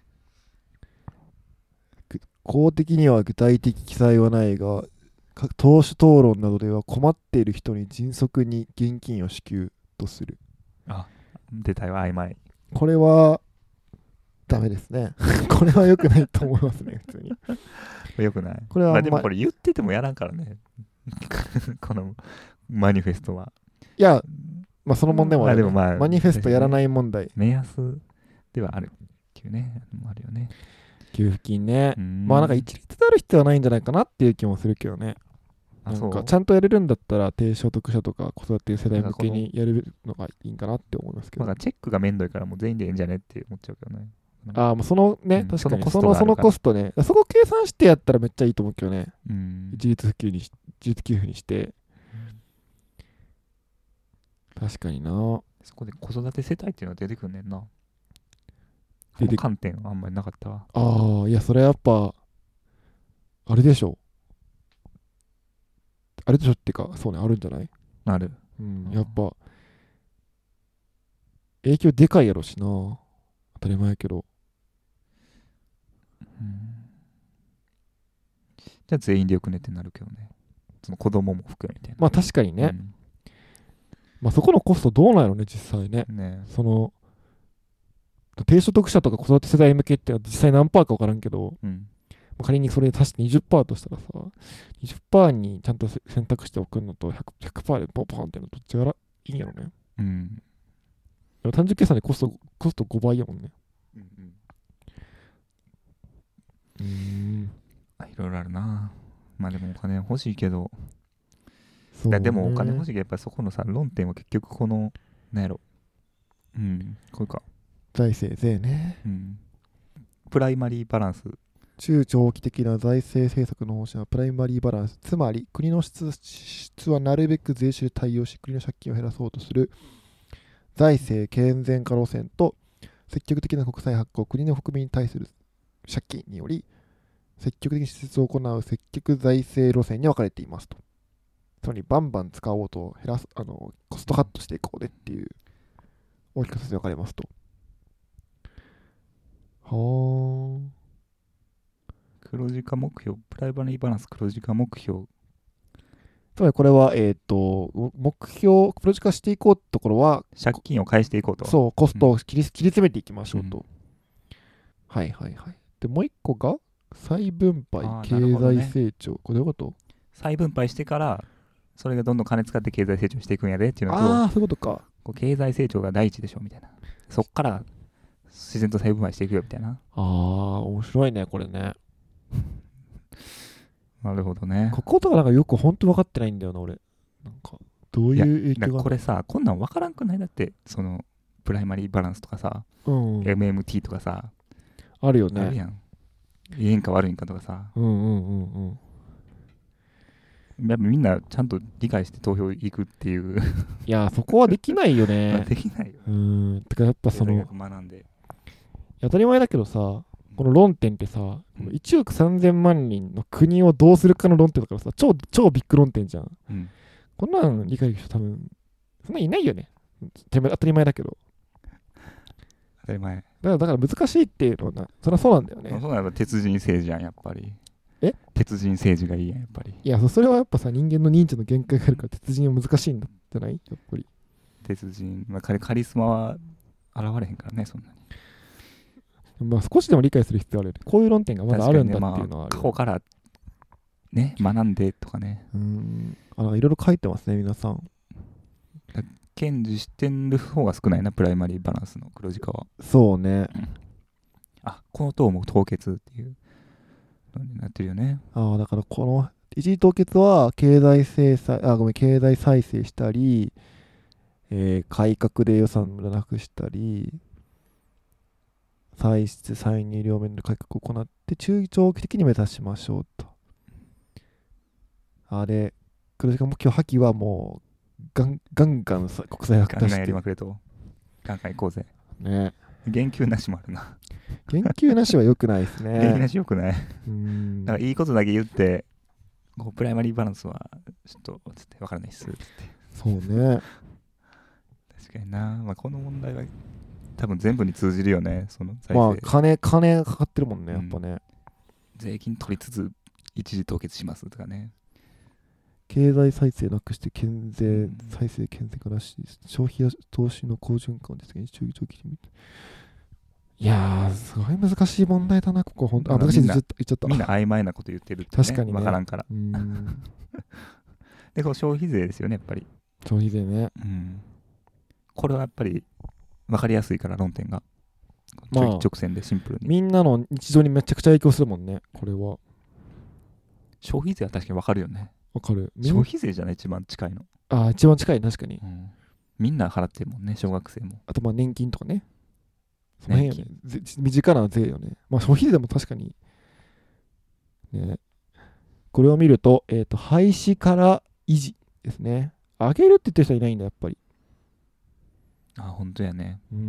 公的には具体的記載はないが、党首討論などでは困っている人に迅速に現金を支給とする。 あ、出たよ、曖昧。 これはダメですね。これは良くないと思いますね、普通に。 良くない。これは、まあ、でもこれ言っててもやらんからね。このマニフェストは。 いや、まあその問題もある、ね、 まあまあ、 マニフェストやらない問題。 目安ではあるっていうね、あるよね。 給付金ね。まあなんか一律である必要はないんじゃないかなっていう気もするけどね。なんかちゃんとやれるんだったら低所得者とか子育て世代向けにやれるのがいいんかなって思いますけど。 なんかチェックがめんどいからもう全員でいいんじゃねって思っちゃうけどね。 ああ、もうそのね、うん、確かにそのそのコストね、そこ計算してやったらめっちゃいいと思うけどね。うん、一律普及にし、一律給付にして。うん、確かにな。 そこで子育て世帯っていうのは出てくんねんな。この観点はあんまりなかったわ。 ああ、いや、それやっぱ、あれでしょ。あれでしょってか、そうね、あるんじゃない？ ある。 うん、やっぱ、影響でかいやろしな。当たり前やけど。 うん、じゃあ全員でよくねってなるけどね。その子供も含めみたいな。 まあ確かにね。うん、まあそこのコストどうなんやろね、実際ね。 ね、その、低所得者とか子育て世代向けって実際何パーか分からんけど、うん、仮にそれ足して にじゅっパーセント としたらさ、にじゅっパーセント にちゃんと選択しておくのと ひゃくパーセント でポンポンってのどっちがいいんやろね。 うん。 でも単純計算でコスト、コストごばいやもんね。 うんうん。 うーん。 いろいろあるな。まあでもお金欲しいけど、 そうね、 でもお金欲しいけど、やっぱりそこのさ、論点は結局この、なんやろ。うん、これか。 財政税ね。 うん。プライマリーバランス。 中長期的な財政政策の方針はプライマリーバランス。つまり、国の支出はなるべく税収で対応し、国の借金を減らそうとする財政健全化路線と、積極的な国債発行、国の国民に対する借金により、積極的に支出を行う積極財政路線に分かれていますと。つまり、バンバン使おうと減らす、あの、コストカットしていこうねっていう、大きくふたつに分かれますと。はー。 黒字化目標、プライマリーバランス黒字化目標。 つまりこれは、えっ、ー、と、目標、黒字化していこうってところは、 借金を返していこうと。 そう、コストを切り、うん、切り詰めていきましょうと。 うん、 はいはいはい。で、もう一個が、再分配、経済成長。ね、これどういうこと？ 再分配してから、それがどんどん金使って経済成長していくんやでっていうのと、 ああ、そういうことか。 こう経済成長が第一でしょみたいな。そっから自然と再分配していくよみたいな。 ああ、面白いね、これね。 なるほどね。 こことかなんかよく本当分かってないんだよな、俺。なんか、どういう影響が。 これさ、こんなん分からんくない？だって、その、プライマリーバランスとかさ、 うん、 エムエムティー とかさ、 あるよね。 あるやん。いいんか悪いんかとかさ。 うんうんうんうん。 やっぱみんなちゃんと理解して投票行くっていう。 いや、そこはできないよね。 できないよ。 うん。てかやっぱその、 学んで。 当たり前だけどさ、この論点ってさ、うん、いちおくさんぜんまんにんの国をどうするかの論点だからさ、超、超ビッグ論点じゃん。うん、こんなん理解できる人多分、そんないないよね。当たり前だけど。 当たり前。 だからだから難しいっていうのはな、そりゃそうなんだよね。 そうなの、鉄人政治やん、やっぱり。 え鉄人政治がいいやん、やっぱり。 いや、それはやっぱさ、人間の認知の限界があるから、鉄人は難しいんじゃないやっぱり。 鉄人、まあ、カリスマは現れへんからね、そんなに。 まあ、少しでも理解する必要あるよね。こういう論点がまだあるんだっていうのはある、ね。まあ、 過去からね、学んでとかね。 うん。あの、いろいろ書いてますね、皆さん。 堅持してる方が少ないな、プライマリーバランスの黒字化は。 そうね。うん、 あ、この党も凍結っていうのになってるよね。 ああ、だからこの一時凍結は経済制裁、あ、ごめん、経済再生したり、えー、改革で予算をなくしたり、歳出歳入両面で改革を行って中長期的に目指しましょうと。あれ、黒字化目標破棄はもうガンガンガンさ国債発行ガンガンやりまくれと。ガンガン行こうぜ。 ね。 言及なしもあるな。 言及なしは良くないですね。 言及なし良くない。 うん。 だからいいことだけ言って、こうプライマリーバランスはちょっとつって分からないっすっつって。 そうね。 確かにな。まあこの問題は多分全部に通じるよね。その財政。 まあ金金がかかってるもんね、やっぱね。うん、 税金取りつつ一時凍結しますとかね。 経済再生なくして健全再生健全化なし、消費や投資の好循環ですが、中長期に。いやー、すごい難しい問題だな、ここ。ほんとあ、難しいって言っちゃった。 みんな曖昧なこと言ってるって、ね。 確かにね。 分からんから。うんで、この消費税ですよね、やっぱり。 消費税ね。 うん。これはやっぱり分かりやすいから、論点が。まあ、直線でシンプルに。 みんなの日常にめちゃくちゃ影響するもんね、これは。 消費税は確かに分かるよね。 わかる。 消費税じゃない一番近いの。 ああ、一番近い、確かに、 うん。みんな払ってるもんね、小学生も。 あと、まあ、年金とかね。その辺よね。身近な税よね。まあ、消費税でも確かに。ね。これを見ると、えっと、廃止から維持ですね。上げるって言ってる人いないんだ、やっぱり。 あ、本当やね。 うん。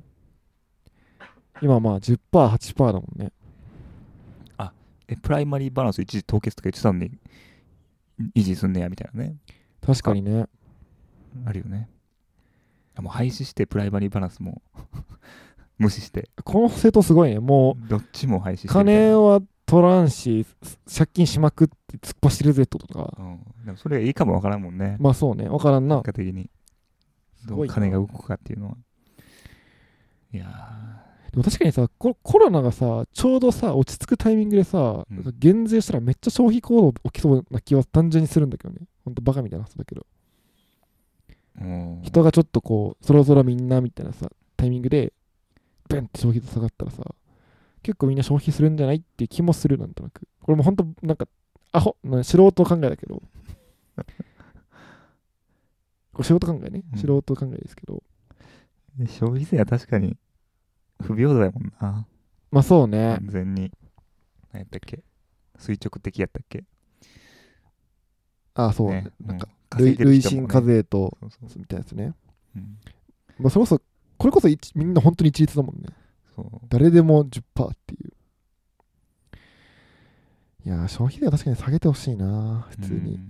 今、まあ、じゅっパーセント、はちパーセント だもんね。 あ、え、プライマリーバランス一時凍結とか言ってたのに、維持すんねやみたいなね。 確かにね。 あるよね。もう廃止してプライマリーバランスも無視して。 この政党すごいね。もうどっちも廃止して。 金は取らんし、借金しまくって突っ走ってるぜとか。 うん。でもそれがいいかもわからんもんね。 まあそうね。わからんな。 結果的に。どう金が動くかっていうのは。いやー。でも確かにさ、コロナがさ、ちょうどさ、落ち着くタイミングでさ、うん、減税したらめっちゃ消費行動起きそうな気は単純にするんだけどね。ほんとバカみたいな話だけど。 人がちょっとこうそろそろみんなみたいなさタイミングでベンって消費税下がったらさ結構みんな消費するんじゃないっていう気もする。なんとなくこれも本当なんかアホな素人考えだけどこれ素人考えね、うん、素人考えですけど消費税は確かに不平等やもんな。 まあそうね。 完全に何やったっけ垂直的やったっけ。 ああそう、ね、なんか、うんね、累進課税とそうそうみたいなやつね、うん、まあそれこそこれこそみんな本当に一律だもんね。そう誰でも じゅっパーセント っていう。いや消費税は確かに下げてほしいな普通に。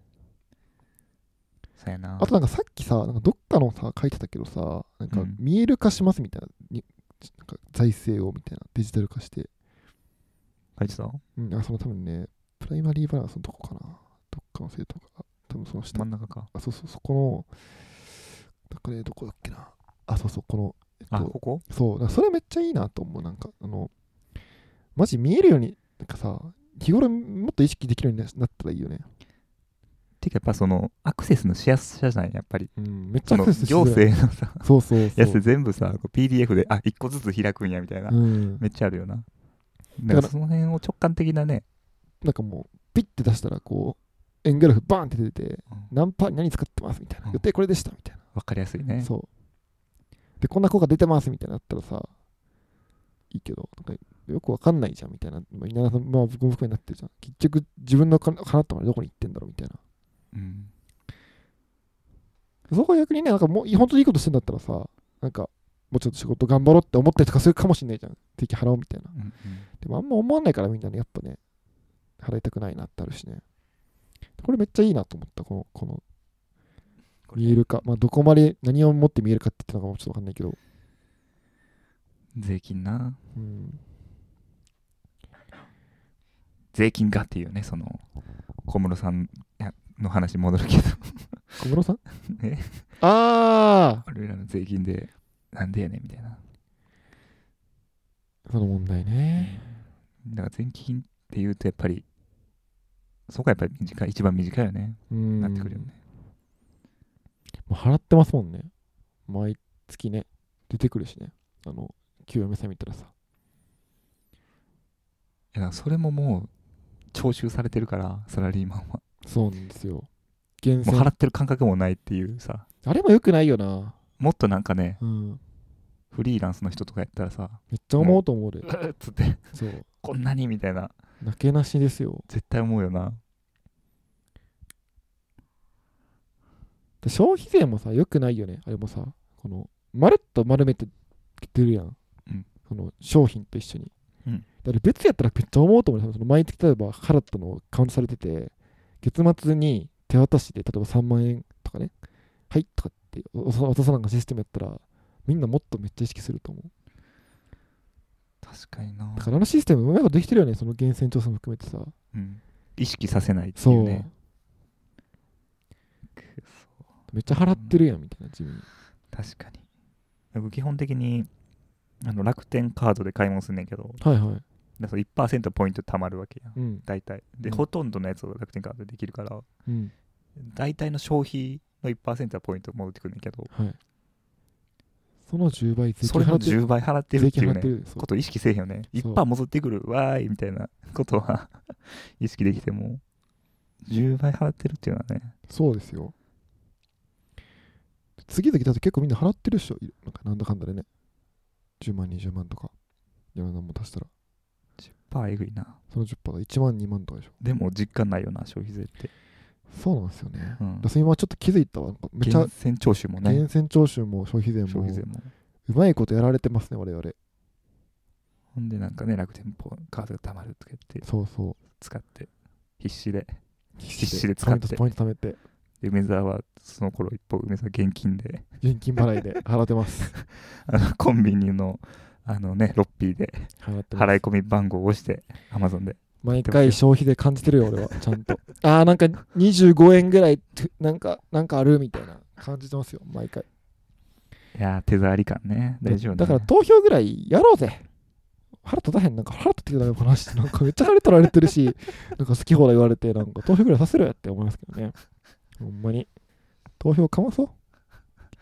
そうやな。 あとなんかさっきさなんかどっかのさ書いてたけどさなんか見える化しますみたいな、うん、なんか財政をみたいなデジタル化して書いてた。 うんあその多分ねプライマリーバランスのとこかなどっかの生徒が多分その下真ん中か。 あそうそうそこのだからどこだっけなあそうそうこの、 えっと、あここそうだそれめっちゃいいなと思う。なんかあのマジ見えるようになんかさ日頃もっと意識できるようになったらいいよね。 てかやっぱそのアクセスのしやすさじゃないやっぱり、 うん、めっちゃアクセスしづらい行政のさそうそうそうやつ全部さ ピーディーエフ であいっこずつ開くんやみたいな、うん、めっちゃあるよな。だからその辺を直感的なねなんかもうピッて出したらこう円グラフバーンって出てて、うん、何パー何使ってますみたいな、うん、予定これでしたみたいな分かりやすいね。 そうでこんな効果出てますみたいなだったらさいいけどなんかよくわかんないじゃんみたいな、まあ、稲田さんまあ僕も含めになってるじゃん。結局自分の払ったまでどこに行ってんだろうみたいな、うん、そこは逆にねなんかもう本当にいいことしてんだったらさなんかもうちょっと仕事頑張ろうって思ったりとかするかもしれないじゃん。定期払おうみたいな、うんうん、でもあんま思わないからみんなねやっぱね払いたくないなってあるしね。これめっちゃいいなと思ったこのこの見える化、まあどこまで何をもって見えるかって言ったのかもちょっとわかんないけど税金な、うん、税金がっていうねその小室さんの話戻るけど小室さんえああ俺らの税金でなんでやねんみたいなその問題ね。 だから税金っていうとやっぱりそこがやっぱり短い一番短いよね。うんなってくるよね。 もう払ってますもんね毎月ね出てくるしねあの給与明細見たらさ。 いやそれももう徴収されてるからサラリーマンはそうなんですよ。 もう払ってる感覚もないっていうさあれもよくないよな。 もっとなんかね、 うん、 フリーランスの人とかやったらさめっちゃ思うと思うでうっつってそうこんなにみたいななけなしですよ絶対思うよな。 消費税もさよくないよね。あれもさこのまるっと丸めて出るやん、うん、その商品と一緒に、うん、だから別やったらめっちゃ思うと思う。その毎月例えば払ったのをカウントされてて月末に手渡しで例えばさんまんえんとかねはいとかって渡さなんかシステムやったらみんなもっとめっちゃ意識すると思う。 確かにな。 だからあのシステムうまいことできてるよねその源泉調査も含めてさ、 うん、意識させないっていうね。 めっちゃ払ってるやんみたいな自分。 確かに僕基本的にあの楽天カードで買い物すんねんけど、 はいはい、 だから いちパーセント ポイント貯まるわけやん、うん、大体で、うん、ほとんどのやつを楽天カードでできるから、うん、大体の消費の いちパーセント はポイント戻ってくるんだけど、はい、 そのじゅうばいそれのじゅうばい払ってるっていうねことを意識せえへんよね。 いちパーセント 戻ってくるわーいみたいなことは意識できてもじゅうばい払ってるっていうのはね。 そうですよ。次々だって結構みんな払ってるっしょ。なんかなんだかんだでねじゅうまんにじゅうまんとかいろんなもん足したらじゅっパーセント えぐいな。 その じゅっパーセント がいちまんにまんとかでしょ。 でも実感ないよな消費税って。 そうなんですよね、うん、だ今ちょっと気づいたわ。めちゃ源泉徴収もね源泉徴収も消費税も消費税もうまいことやられてますね我々。 ほんでなんかね楽天カードがたまるとか言ってそうそう使って必死で必死で使ってポイント貯めて梅沢はその頃一方梅沢現金で現金払いで払ってますあのコンビニのあのねロッピーで払い込み番号を押してアマゾンで毎回消費で感じてるよ俺はちゃんとああなんかにじゅうごえんぐらいなんかなんかあるみたいな感じてますよ毎回。 いや手触り感ね大丈夫ね。 だから投票ぐらいやろうぜ。腹立たへん。なんか腹立ってくる話ってなんかめっちゃ腹取られてるしなんか好き放題言われてなんか投票ぐらいさせろやって思いますけどね。ほんまに投票かまそう。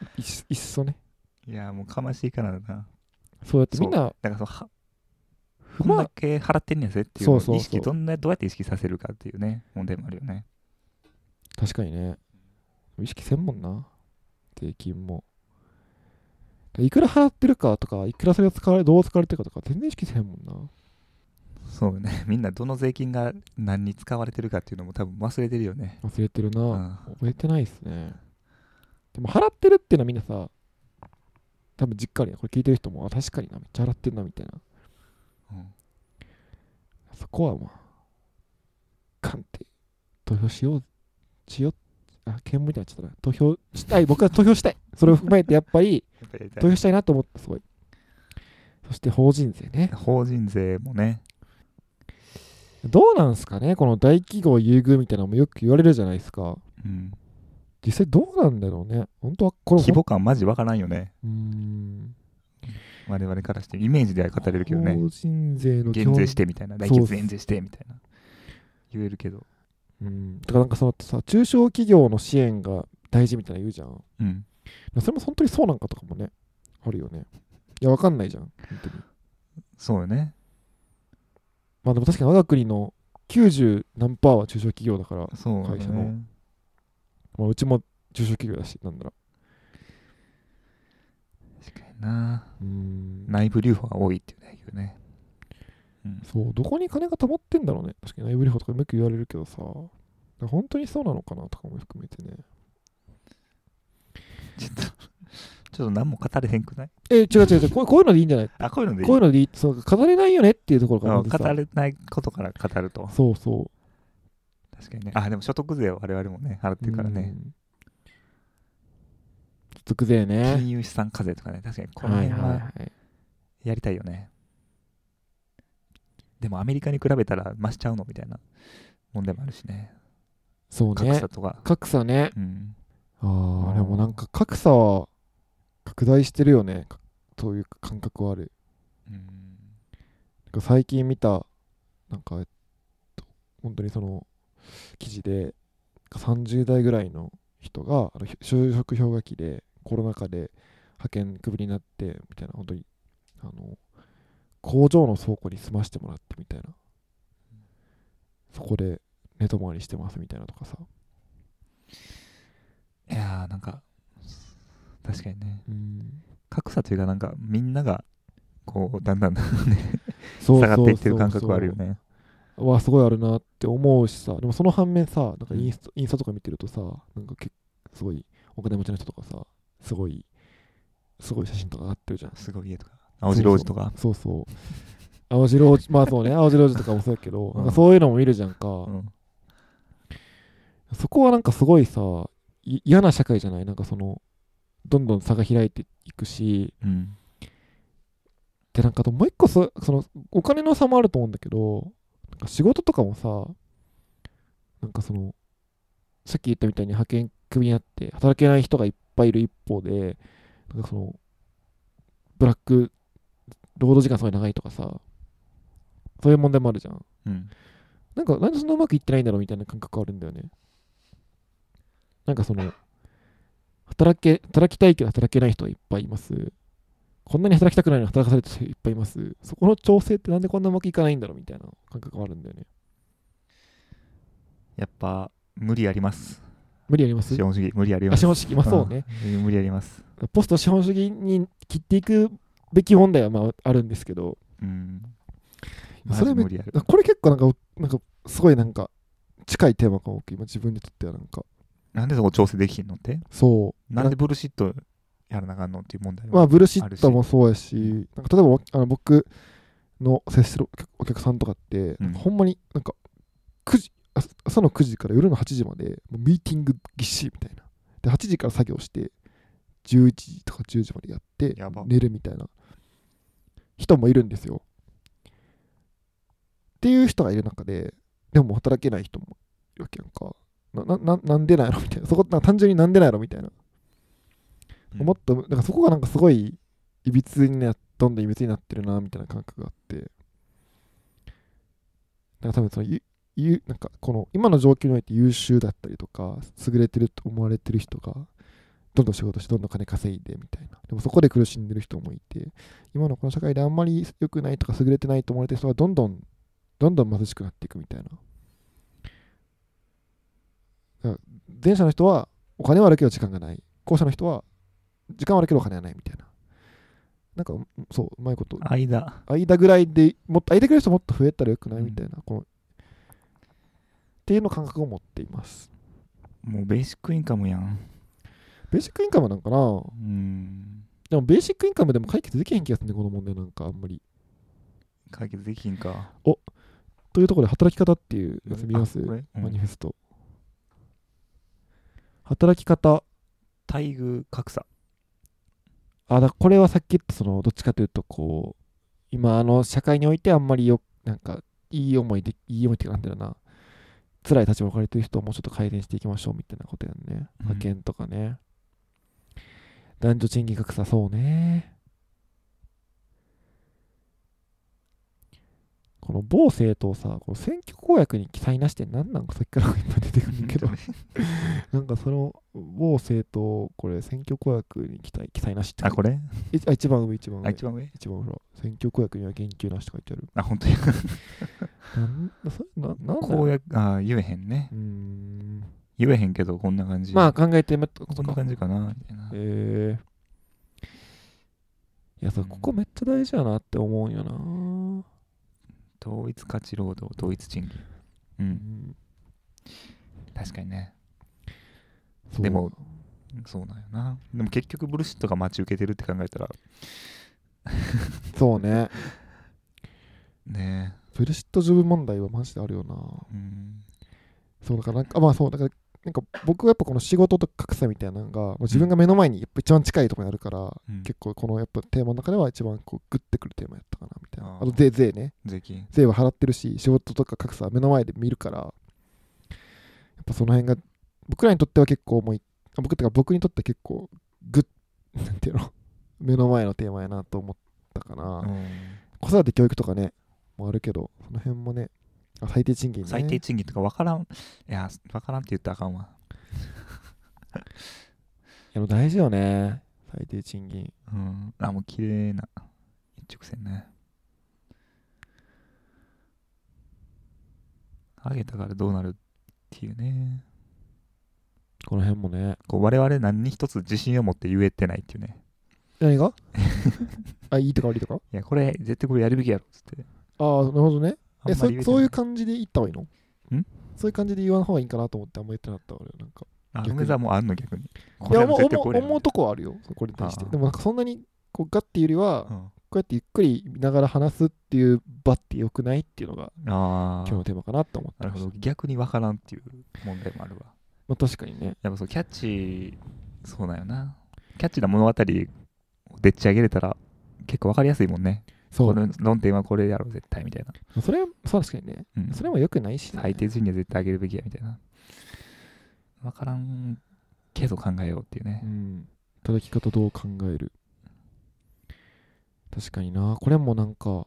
いっいっそね。 いやもうかましいからな。 そうやってみんなだからそのはこんだけ払ってんねんぜっていうのを意識どんなどうやって意識させるかっていうね問題もあるよね。 確かにね。意識せんもんな、税金も。いくら払ってるかとか、いくらそれが使われどう使われてるかとか全然意識せんもんな。 そうね、みんなどの税金が何に使われてるかっていうのも多分忘れてるよね。 忘れてるな、 うん、 覚えてないっすね。でも払ってるっていうのはみんなさ、多分実家にこれ聞いてる人も、あ、確かにな、めっちゃ払ってるなみたいな。 うん、 そこはまあ、カンって投票しよう、しよう、あ、剣みたいになっちゃったな。投票したい、僕は投票したい。それを踏まえてやっぱり、投票したいなと思って、すごい。そして法人税ね。 法人税もね。 どうなんすかね、この大企業優遇みたいなのもよく言われるじゃないですか。 うん、 実際どうなんだろうね。本当はこれ規模感マジわからんよね。 うーん。 我々からしてイメージでは語れるけどね。 法人税の減税してみたいな、来月減税してみたいな言えるけど。 うん。だからなんかそのさ、中小企業の支援が大事みたいな言うじゃん。 うん。 それも本当にそうなんかとかもね、あるよね。いや、わかんないじゃん、本当に。 そうよね。 まあでも確かに我が国のきゅうじゅう何パーは中小企業だから、 そうね、 会社の。まあ、うちも中小企業だし、なんだら。 確かにな。 うーん。 内部留保が多いっていうね。いうね、 うん、そう、どこに金が溜まってんだろうね。確かに内部留保とかよく言われるけどさ、本当にそうなのかなとかも含めてね。 ちょっと、ちょっと何も語れへんくない？ え、違う違う違う、こうこういうのでいいんじゃない？ あ、こういうのでいい？ こういうのでいい。そう、語れないよねっていうところからまずさ、語れないことから語ると。 そうそう。 確かにね。あ、でも所得税を我々もね、払ってるからね。 所得税ね。 金融資産課税とかね、確かにこの辺はやりたいよね。はいはいはい、でもアメリカに比べたら増しちゃうのみたいな問題もあるしね。 そうね。 格差とか。 格差ね。 うん、 ああ、でもなんか格差は拡大してるよね。そういう感覚はある。うん、なんか最近見た、なんか、えっと、本当にその記事で、さんじゅう代ぐらいの人があの就職氷河期でコロナ禍で派遣クビになってみたいな、本当にあの工場の倉庫に住ましてもらってみたいな、そこで寝泊まりしてますみたいなとかさ。 いやーなんか確かにね、うん、格差というかなんかみんながこうだんだんね下がっていってる感覚はあるよね。 わすごいあるなって思うしさ、でもその反面さ、なんかインスタ、うん、インスタとか見てるとさ、なんか結すごいお金持ちの人とかさ、すごいすごい写真とか上がってるじゃん。 すごい家とか青白王子とか、 そうそうそうそう青白王子、まあそうね、青白王子とかもそうだけど、なんかそういうのも見るじゃんか、うん、そこはなんかすごいさ、嫌な社会じゃない？なんかそのどんどん差が開いていくし、うん、でなんかもう一個 そ, そのお金の差もあると思うんだけど、なんか仕事とかもさ、なんかそのさっき言ったみたいに派遣クビになって働けない人がいっぱいいる一方で、なんかそのブラック労働時間すごい長いとかさ、そういう問題もあるじゃん。うん、なんかなんでそんなうまくいってないんだろうみたいな感覚あるんだよね。なんかその働け働きたいけど働けない人がいっぱいいます。こんなに働きたくないのに働かされてる人いっぱいいます。そこの調整ってなんでこんなうまくいかないんだろうみたいな感覚があるんだよね。 やっぱ無理あります。 無理あります。 資本主義無理あります。 資本主義、まあそうね、 うん、無理あります。 ポスト資本主義に切っていくべき問題はまああるんですけど、うん、それ無理ある。これ結構なんかなんかすごいなんか近いテーマかも、今自分にとってはなんか。 なんでそこ調整できひんのって？そう。なんでブルシットやらなあかんのっていう問題はあるし。 まあブルシットもそうやし、うん、なんか例えばあの僕の接するお客さんとかって、うん、ほんまになんかくじ朝のくじから夜のはちじまでミーティングぎっしりみたいな。ではちじから作業してじゅういちじとかじゅうじまでやって寝るみたいな人もいるんですよ。っていう人がいる中で、でも働けない人もいるわけやんか。な、な、なんでないのみたいな。そこなんか単純になんでないのみたいな。うん、もっと、だからそこがなんかすごいいびつにな、どんどんいびつになってるなみたいな感覚があって。だから多分そのゆゆなんかこの今の状況において優秀だったりとか優れてると思われてる人がどんどん仕事してどんどん金稼いでみたいな。でもそこで苦しんでる人もいて、今のこの社会であんまり良くないとか優れてないと思われてる人がどんどんどんどん貧しくなっていくみたいな。だから前者の人はお金はあるけど時間がない。後者の人は時間はあるけどお金はないみたいな。なんかそううまいこと間間ぐらいでもっと間ぐらいの人もっと増えたらよくないみたいな、うん、このっていうの感覚を持っています。 もうベーシックインカムやん。 ベーシックインカムなんかな。うん。 でもベーシックインカムでも解決できへん気がするね、この問題なんかあんまり。 解決できひんか。 おというところで働き方っていうやつ見ます、 うん、 マニフェスト。働き方。 待遇格差。 あ、だこれはさっき言ったそのどっちかというとこう今あの社会においてあんまりよなんかいい思いでいい思いってなんだろうな、辛い立場を置かれてる人をもうちょっと改善していきましょうみたいなことやんね。派遣とかね、うん、男女賃金格差、そうね。この某政党さ、この選挙公約に記載なしって何なんかさっきからいっぱい出てくるけどなんかその某政党、これ選挙公約に記載、記載なしって。 あ、これあ、一番上、一番上。 あ、一番上一番上。選挙公約には言及なしって書いてある。 あ、本当になんそれななんだ公約、あ、言えへんね。 うーん。 言えへんけど、こんな感じ。 まあ考えてみたこんな感じかな、みたいな。 えー。いや、さ、ここめっちゃ大事やなって思うんよな。 統一価値労働、統一賃金。うん。うん、確かにね。でも、そうなんよな。でも結局、ブルシットが待ち受けてるって考えたら。 そうね。 ねえ。 ブルシットジョブ問題はマジであるよな。うん。そうだからなんか、まあそう、だから、なんか僕はやっぱこの仕事と格差みたいなのが、自分が目の前にやっぱ一番近いところにあるから、うん、結構このやっぱテーマの中では一番こうグッてくるテーマやったかなみたいな。あ, あと税、税ね。 税金。 税は払ってるし、仕事とか格差は目の前で見るから、やっぱその辺が僕らにとっては結構重い。僕ってか僕にとって結構グッ、なんていうの、目の前のテーマやなと思ったかな。うん、子育て教育とかね、もあるけど、その辺もね、あ、最低賃金ね。 最低賃金とか分からん。いや、分からんって言ったらあかんわ。 いや、大事よね。最低賃金。 うん。あ、もう綺麗な一直線ね。上げたからどうなるっていうね。 この辺もね。 こう我々何に一つ自信を持って言えてないっていうね。 何があ、いいとか悪いとか。いや、これ絶対これやるべきやろっつって。 ああ、なるほどね。え、そそういう感じで言った方がいいの？んそういう感じで言わん方がいいかなと思ってあんま言ってなかった俺なんか。 あ、梅沢もあんの逆に。 いや、思う、思うとこはあるよ、これに対して。でもなんかそんなにこうガッていうよりは、うん、こうやってゆっくり見ながら話すっていう場ってよくないっていうのが今日のテーマかなと思ってました。 なるほど。逆に分からんっていう問題もあるわ。 まあ確かにね。 やっぱそうキャッチ、そうだよな。キャッチな物語をでっち上げれたら結構分かりやすいもんね。そう。この論点はこれやろう絶対みたいな。 それはそう確かにね、うん。それもよくないし、ね。 最低賃金は絶対上げるべきやみたいな。分からんけど考えようっていうね。 うん。働き方どう考える。確かにな。これもなんか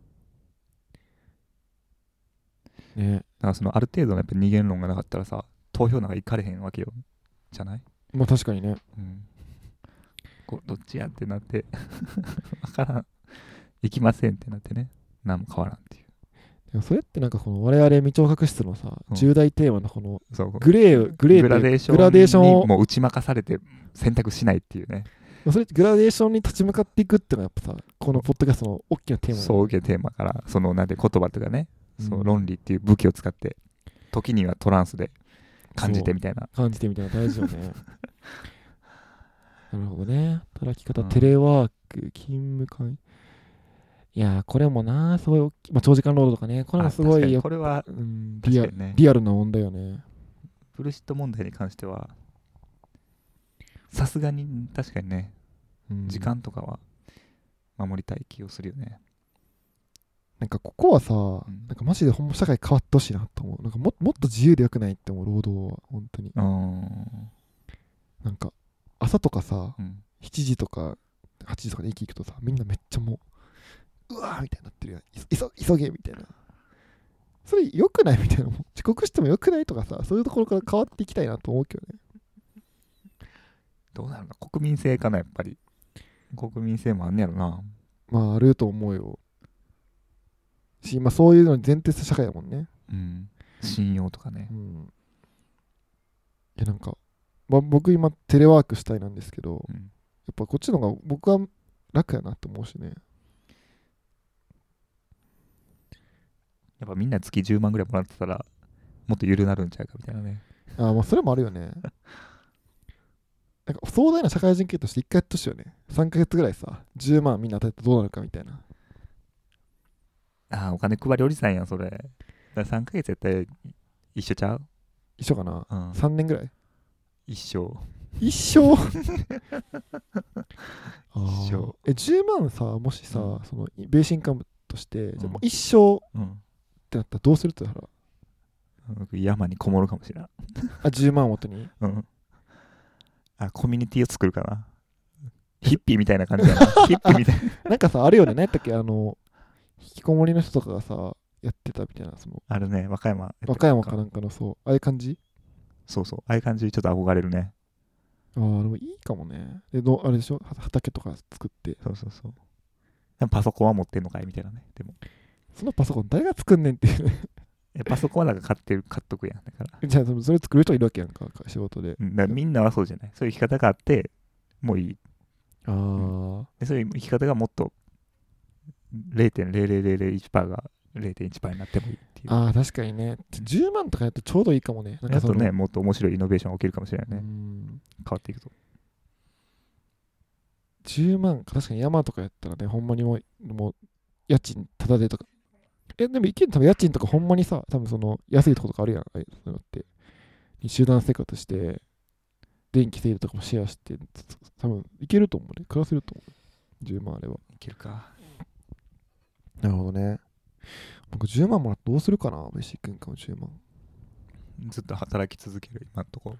ね。だからそのある程度のやっぱ二元論がなかったらさ、投票なんか行かれへんわけよ。じゃない？ まあ確かにね。 うん。こどっちやってなって分からん。行きませんってなってね。何も変わらんっていう。 でもそれってなんかこの我々未聴覚室のさ、うん、重大テーマのこのグレー、 グレーグラデーショングラデーションをもう打ち負かされて選択しないっていうね。 それグラデーションに立ち向かっていくっていうのはやっぱさ、このポッドキャストの大きなテーマ、ね、 そう大きなテーマから、そのなんで言葉とかね、うん、そう論理っていう武器を使って、時にはトランスで感じてみたいな。 感じてみたいな大事よね。なるほどね。働き方、うん、テレワーク、勤務会。いやー、これもな、すごい大きい、まあ、長時間労働とかね、これもすごい、 これは、 うん、リアル、ね、リアルな問題よね。 ブルシット問題に関しては、さすがに確かにね、うん、時間とかは守りたい気をするよね。 なんかここはさ、うん、なんかマジでほんま社会変わってほしいなと思う。なんか も, もっと自由でよくないって思う、労働は、本当に。なんか、朝とかさ、うん、しちじとかはちじとかで駅行くとさ、みんなめっちゃもう、うわーみたいになってるやん。急げみたいな。それ良くないみたいな。も遅刻しても良くないとかさ、そういうところから変わっていきたいなと思うけどね。 どうなるの、国民性かな、やっぱり。国民性もあんねやろな。 まああると思うよし、まあそういうのに前提した社会だもんね。 うん。信用とかね。 うん。いやなんか、まあ、僕今テレワークしたいなんですけど、 うん、 やっぱこっちの方が僕は楽やなと思うしね。 やっぱみんな月じゅうまんぐらいもらってたら、もっと緩なるんちゃうかみたいなね。 ああ、まあそれもあるよね。なんか壮大な社会人系として一回やっとしようね。さんかげつぐらいさ、じゅうまんみんな与えてどうなるかみたいな。 ああ、お金配りおじさんやん、それ。だからさんかげつやったら一緒ちゃう？ 一緒かな、 うん、 さんねんぐらい一緒。 一生一緒。 え、じゅうまんさ、もしさ、 うん、 そのベーシックインカムとして、 うん、 じゃあもう一生っうん、 てなったらどうするって言ったら、 僕山にこもるかもしれない。 あ、じゅうまん元にうん。あ、コミュニティを作るかな。ヒッピーみたいな感じだな。ヒッピーみたいな。 なんかさ、あるよね。何やったっけ、あの、引きこもりの人とかがさ、やってたみたいな、その、 あるね、和歌山。 和歌山かなんかの、そう、ああいう感じ。 そうそう。ああいう感じでちょっと憧れるね。 ああ、でもいいかもね。で、のあれでしょ、は畑とか作って。 そうそうそう。でもパソコンは持ってんのかいみたいなね。でも。 そのパソコン誰が作んねんっていうね。 えパソコンはなんか買ってる、買っとくやん。だから。 じゃあ、それ作る人いるわけやんか、仕事で。 うん、だからみんなはそうじゃない。そういう生き方があって、もういい。 ああ、 うん、でそういう生き方がもっと ゼロてんゼロゼロゼロゼロいちパーセント が ゼロてんいちパーセント になってもいいっていう。 ああ、確かにね。じゅうまんとかやってちょうどいいかもね。なんかそのあとね、もっと面白いイノベーションが起きるかもしれないね。 うん、 変わっていくと。 じゅうまんか、確かに山とかやったらね、ほんまにもう、もう家賃タダでとか。え、でも一見多分家賃とかほんまにさ、多分その安いとことかあるやん、ああいうのって。集団生活して、電気整理とかもシェアして、多分いけると思うね。暮らせると思う。じゅうまんあれば。 いけるか。 なるほどね。僕じゅうまんもらってどうするかな、ベーシックインカムじゅうまん。 ずっと働き続ける、今のところ。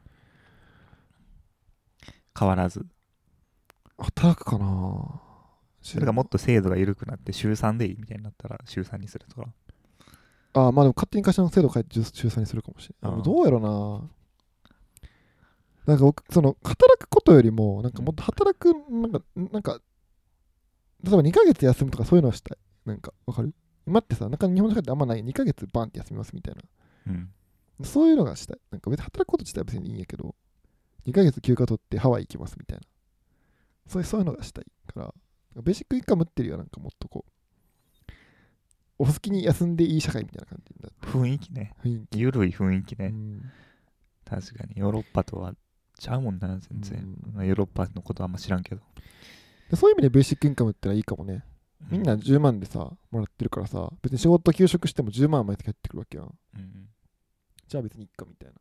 変わらず。 働くかな。 それがもっと制度が緩くなって週さんでいいみたいになったら週さんにするとか。 ああ、まあでも勝手に会社の制度変えて週さんにするかもしれない。 ああどうやろな。なんか僕、その、働くことよりも、なんかもっと働く、なんか、なんか、例えばにかげつ休むとかそういうのをしたい。なんか、わかる？今ってさ、なんか日本の社会ってあんまない。にかげつバンって休みますみたいな。 うん。 そういうのがしたい。なんか別に働くこと自体は別にいいんやけど、にかげつ休暇取ってハワイ行きますみたいな。そういうそういうのがしたいから、ベーシックインカムっていうよりはなんかもっとこう、お好きに休んでいい社会みたいな感じになって。 雰囲気ね。 雰囲気。 ゆるい雰囲気ね。 うん、 確かに。ヨーロッパとはちゃうもんな、全然。うん、ヨーロッパのことはあんま知らんけど。 でそういう意味でベーシックインカムってのはいいかもね。みんなじゅうまんでさ、もらってるからさ、別に仕事休職してもじゅうまん毎月入ってくるわけやん。 うん、 じゃあ別にいっかみたいな。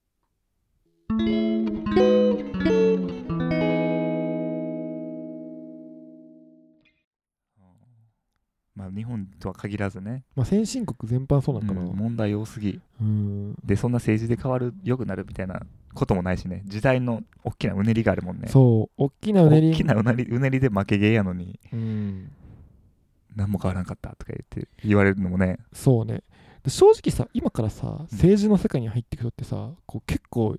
まあ日本とは限らずね。 まあ先進国全般そうなんかな。 うん、問題多すぎ。 うん。 で、そんな政治で変わる、良くなるみたいなこともないしね。時代の大きなうねりがあるもんね。 そう、大きなうねり。 大きなうねりうねりで負けゲーやのに、 うん。 何も変わらなかったとか言って言われるのもね。 そうね。で正直さ、今からさ、政治の世界に入っていく人ってさ、こう結構、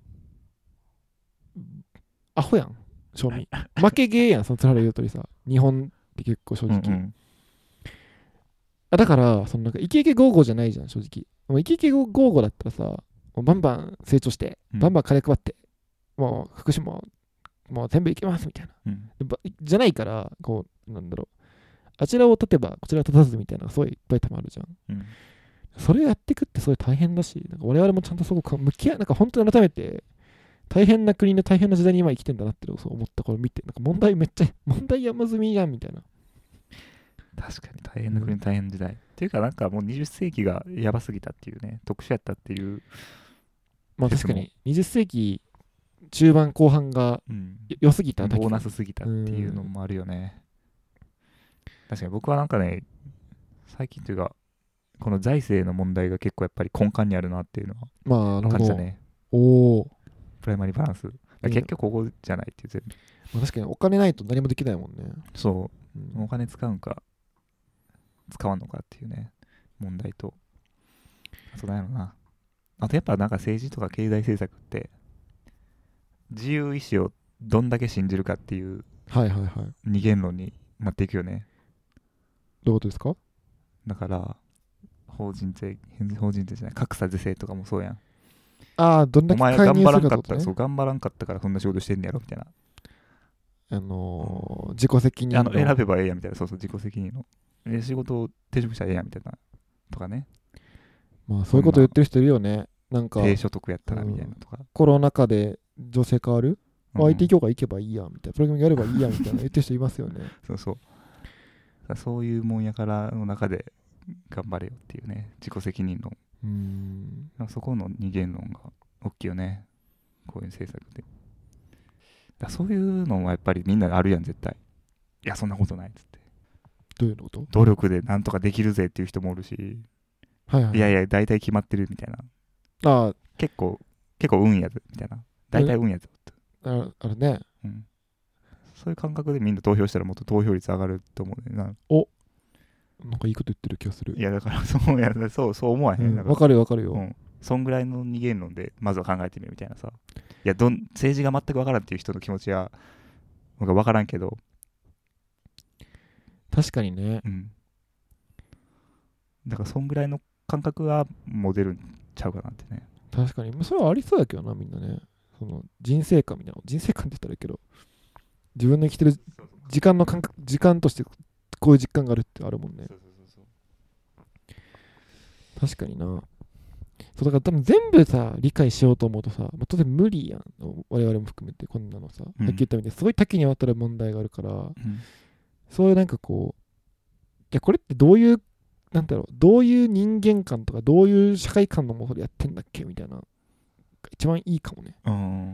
アホやん、正味。負けゲーやん、そのつらら言うとりさ。日本って結構正直。 うんうん、 あだから、そのなんかイケイケゴーゴーじゃないじゃん、正直。もうイケイケゴーゴーだったらさ、もうバンバン成長して、バンバン金配って、うん、もう福祉も、もう全部いけますみたいな。うん、じゃないから、こう、なんだろう。あちらを立てば、こちらを立たずみたいな、すごいいっぱいたまるじゃん。うん、それをやっていくってすごい大変だし、なんか我々もちゃんとそこ向き合い、なんか本当に改めて、大変な国で大変な時代に今生きてんだなってそう思ったこれ見て、なんか問題めっちゃ、問題山積みやんみたいな。 確かに大変な国、大変な時代。うん、っていうかなんかもうにじゅっ世紀がやばすぎたっていうね、特殊やったっていう。 まあ確かににじゅっ世紀中盤後半が良すぎた、 うん、ボーナスすぎたっていうのもあるよね。確かに僕はなんかね、最近というか、この財政の問題が結構やっぱり根幹にあるなっていうのは感じたね。 おお。 プライマリーバランス。結局ここじゃないっていう全部。 まあ、確かにお金ないと何もできないもんね。 そう。うん、お金使うんか、使わんのかっていうね、問題と。あとなんやろな。あとやっぱなんか政治とか経済政策って、自由意志をどんだけ信じるかっていうはいはいはい二元論になっていくよね。 どういうことですか？ だから法人税法人税じゃない格差是正とかもそうやん。 ああ、どんだお前け介入頑張らんかっするかってことね。 たそう頑張らんかったからそんな仕事してんねやろみたいな。 あのー、自己責任のあの選べばええやみたいな。そうそう自己責任の。で仕事を転職したらええやみたいなとかね。 まあそういうこと言ってる人いるよね。なんか低所得やったらみたいなとか。 コロナ禍で女性変わる、 うん、 アイティー 業界行けばいいやみたいな、プログラミングやればいいやみたいな言ってる人いますよね。 そうそう。そういうもんやからの中で頑張れよっていうね、自己責任論。 うーん、 そこの二元論が大きいよね、こういう政策で。だそういうのはやっぱりみんなあるやん、絶対。いや、そんなことないっつって。 どういうこと？ 努力でなんとかできるぜっていう人もおるし、 はいはい、 いやいや、大体決まってるみたいな。 あ結構、結構運やぜみたいな。大体運やぜ。 あ、あれね。 うん。そういう感覚でみんな投票したらもっと投票率上がると思うねんな。 お、なんかいいこと言ってる気がする。 いやだからそうやそうそう思わへん。わ、 うん、かるよわかるよ、 うん。そんぐらいの二元論でまずは考えてみるみたいなさ。いやどん政治が全くわからんっていう人の気持ちは僕はわからんけど。 確かにね。 うん。だからそんぐらいの感覚はモデルにちゃうかなってね。 確かに、まあ、それはありそうやけどな、みんなね。その人生観みたいな、人生観って言ったらいいけど、自分の生きてる時間の感覚、時間としてこういう実感があるってあるもんね。 そうそうそう確かにな。そうだから多分全部さ、理解しようと思うとさ、まあ、当然無理やん。我々も含めてこんなのさ、 うん、 さっき言ったみたいにすごい多岐にわたる問題があるから、うん、そういうなんかこう、いやこれってどういう、なんだろう、どういう人間観とか、どういう社会観のもとでやってんだっけみたいな、一番いいかもね。 うん。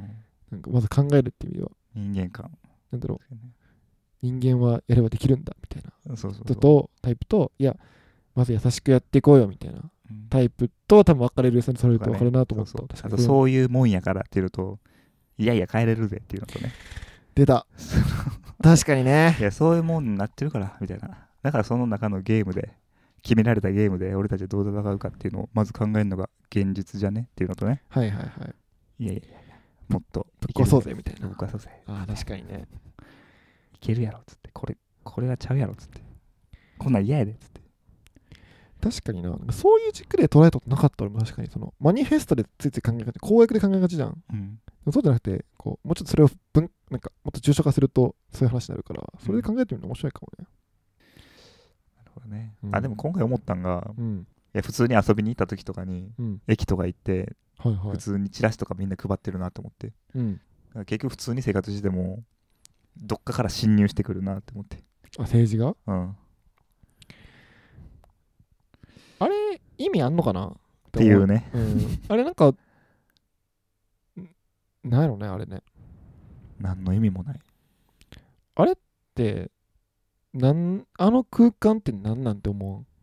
なんかまず考えるっていう意味では。 人間観。 なんだろう、人間はやればできるんだみたいなそうそうそう人とタイプと、いや、まず優しくやっていこうよみたいな、うん、タイプと多分分かれる、それと分かるなと思った。 そうそう、あとそういうもんやからっていうのと、いやいや変えれるぜっていうのとね。 出た。確かにね。 いや、そういうもんになってるからみたいな。だからその中のゲームで、決められたゲームで俺たちはどう戦うかっていうのをまず考えるのが現実じゃねっていうのとね。 はいはいはい。 いやいやいや、もっとぶっ壊そうぜみたいな。 ぶっ壊そうぜ。 ああ、確かにね。 いけるやろっつって、これ、これはちゃうやろっつって。こんなん嫌やでっつって。 確かにな。そういう軸で捉えたことなかった俺も確かにそのマニフェストでついつい考えがち、公約で考えがちじゃん。うん、そうじゃなくて、こうもうちょっとそれを分なんかもっと抽象化するとそういう話になるから、それで考えてみるの面白いかもね。 なるほどね。うん、あ、でも今回思ったんが、うん、いや普通に遊びに行った時とかに、うん、駅とか行って、はいはい、普通にチラシとかみんな配ってるなと思って。うん、結局普通に生活しても、どっかから侵入してくるなって思って。 あ、政治が？ うん。 あれ意味あんのかなっていうね、 うん、あれなんかなんやろねあれね、 何の意味もない。 あれってなんあの空間って何なんて思う、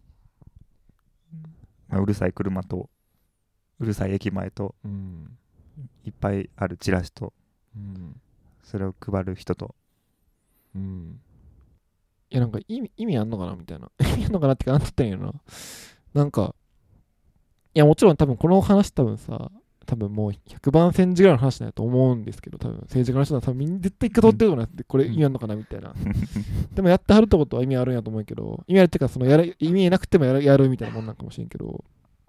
まあ、うるさい車とうるさい駅前と、うん、いっぱいあるチラシと、うん、それを配る人と、 うん、いやなんか意味意味あんのかなみたいな意味あんのかなってかなんて言ったんやろな、なんかいやもちろん多分この話多分さ多分もうひゃくばん煎じぐらいの話だと思うんですけど、多分政治家の人は多分みんな絶対一回通ってるのなってこれ意味あんのかなみたいなでもやってはるってことは意味あるんやと思うけど、意味あるっていうかそのやる意味なくてもやる、やるみたいなもんなんかもしれんけど、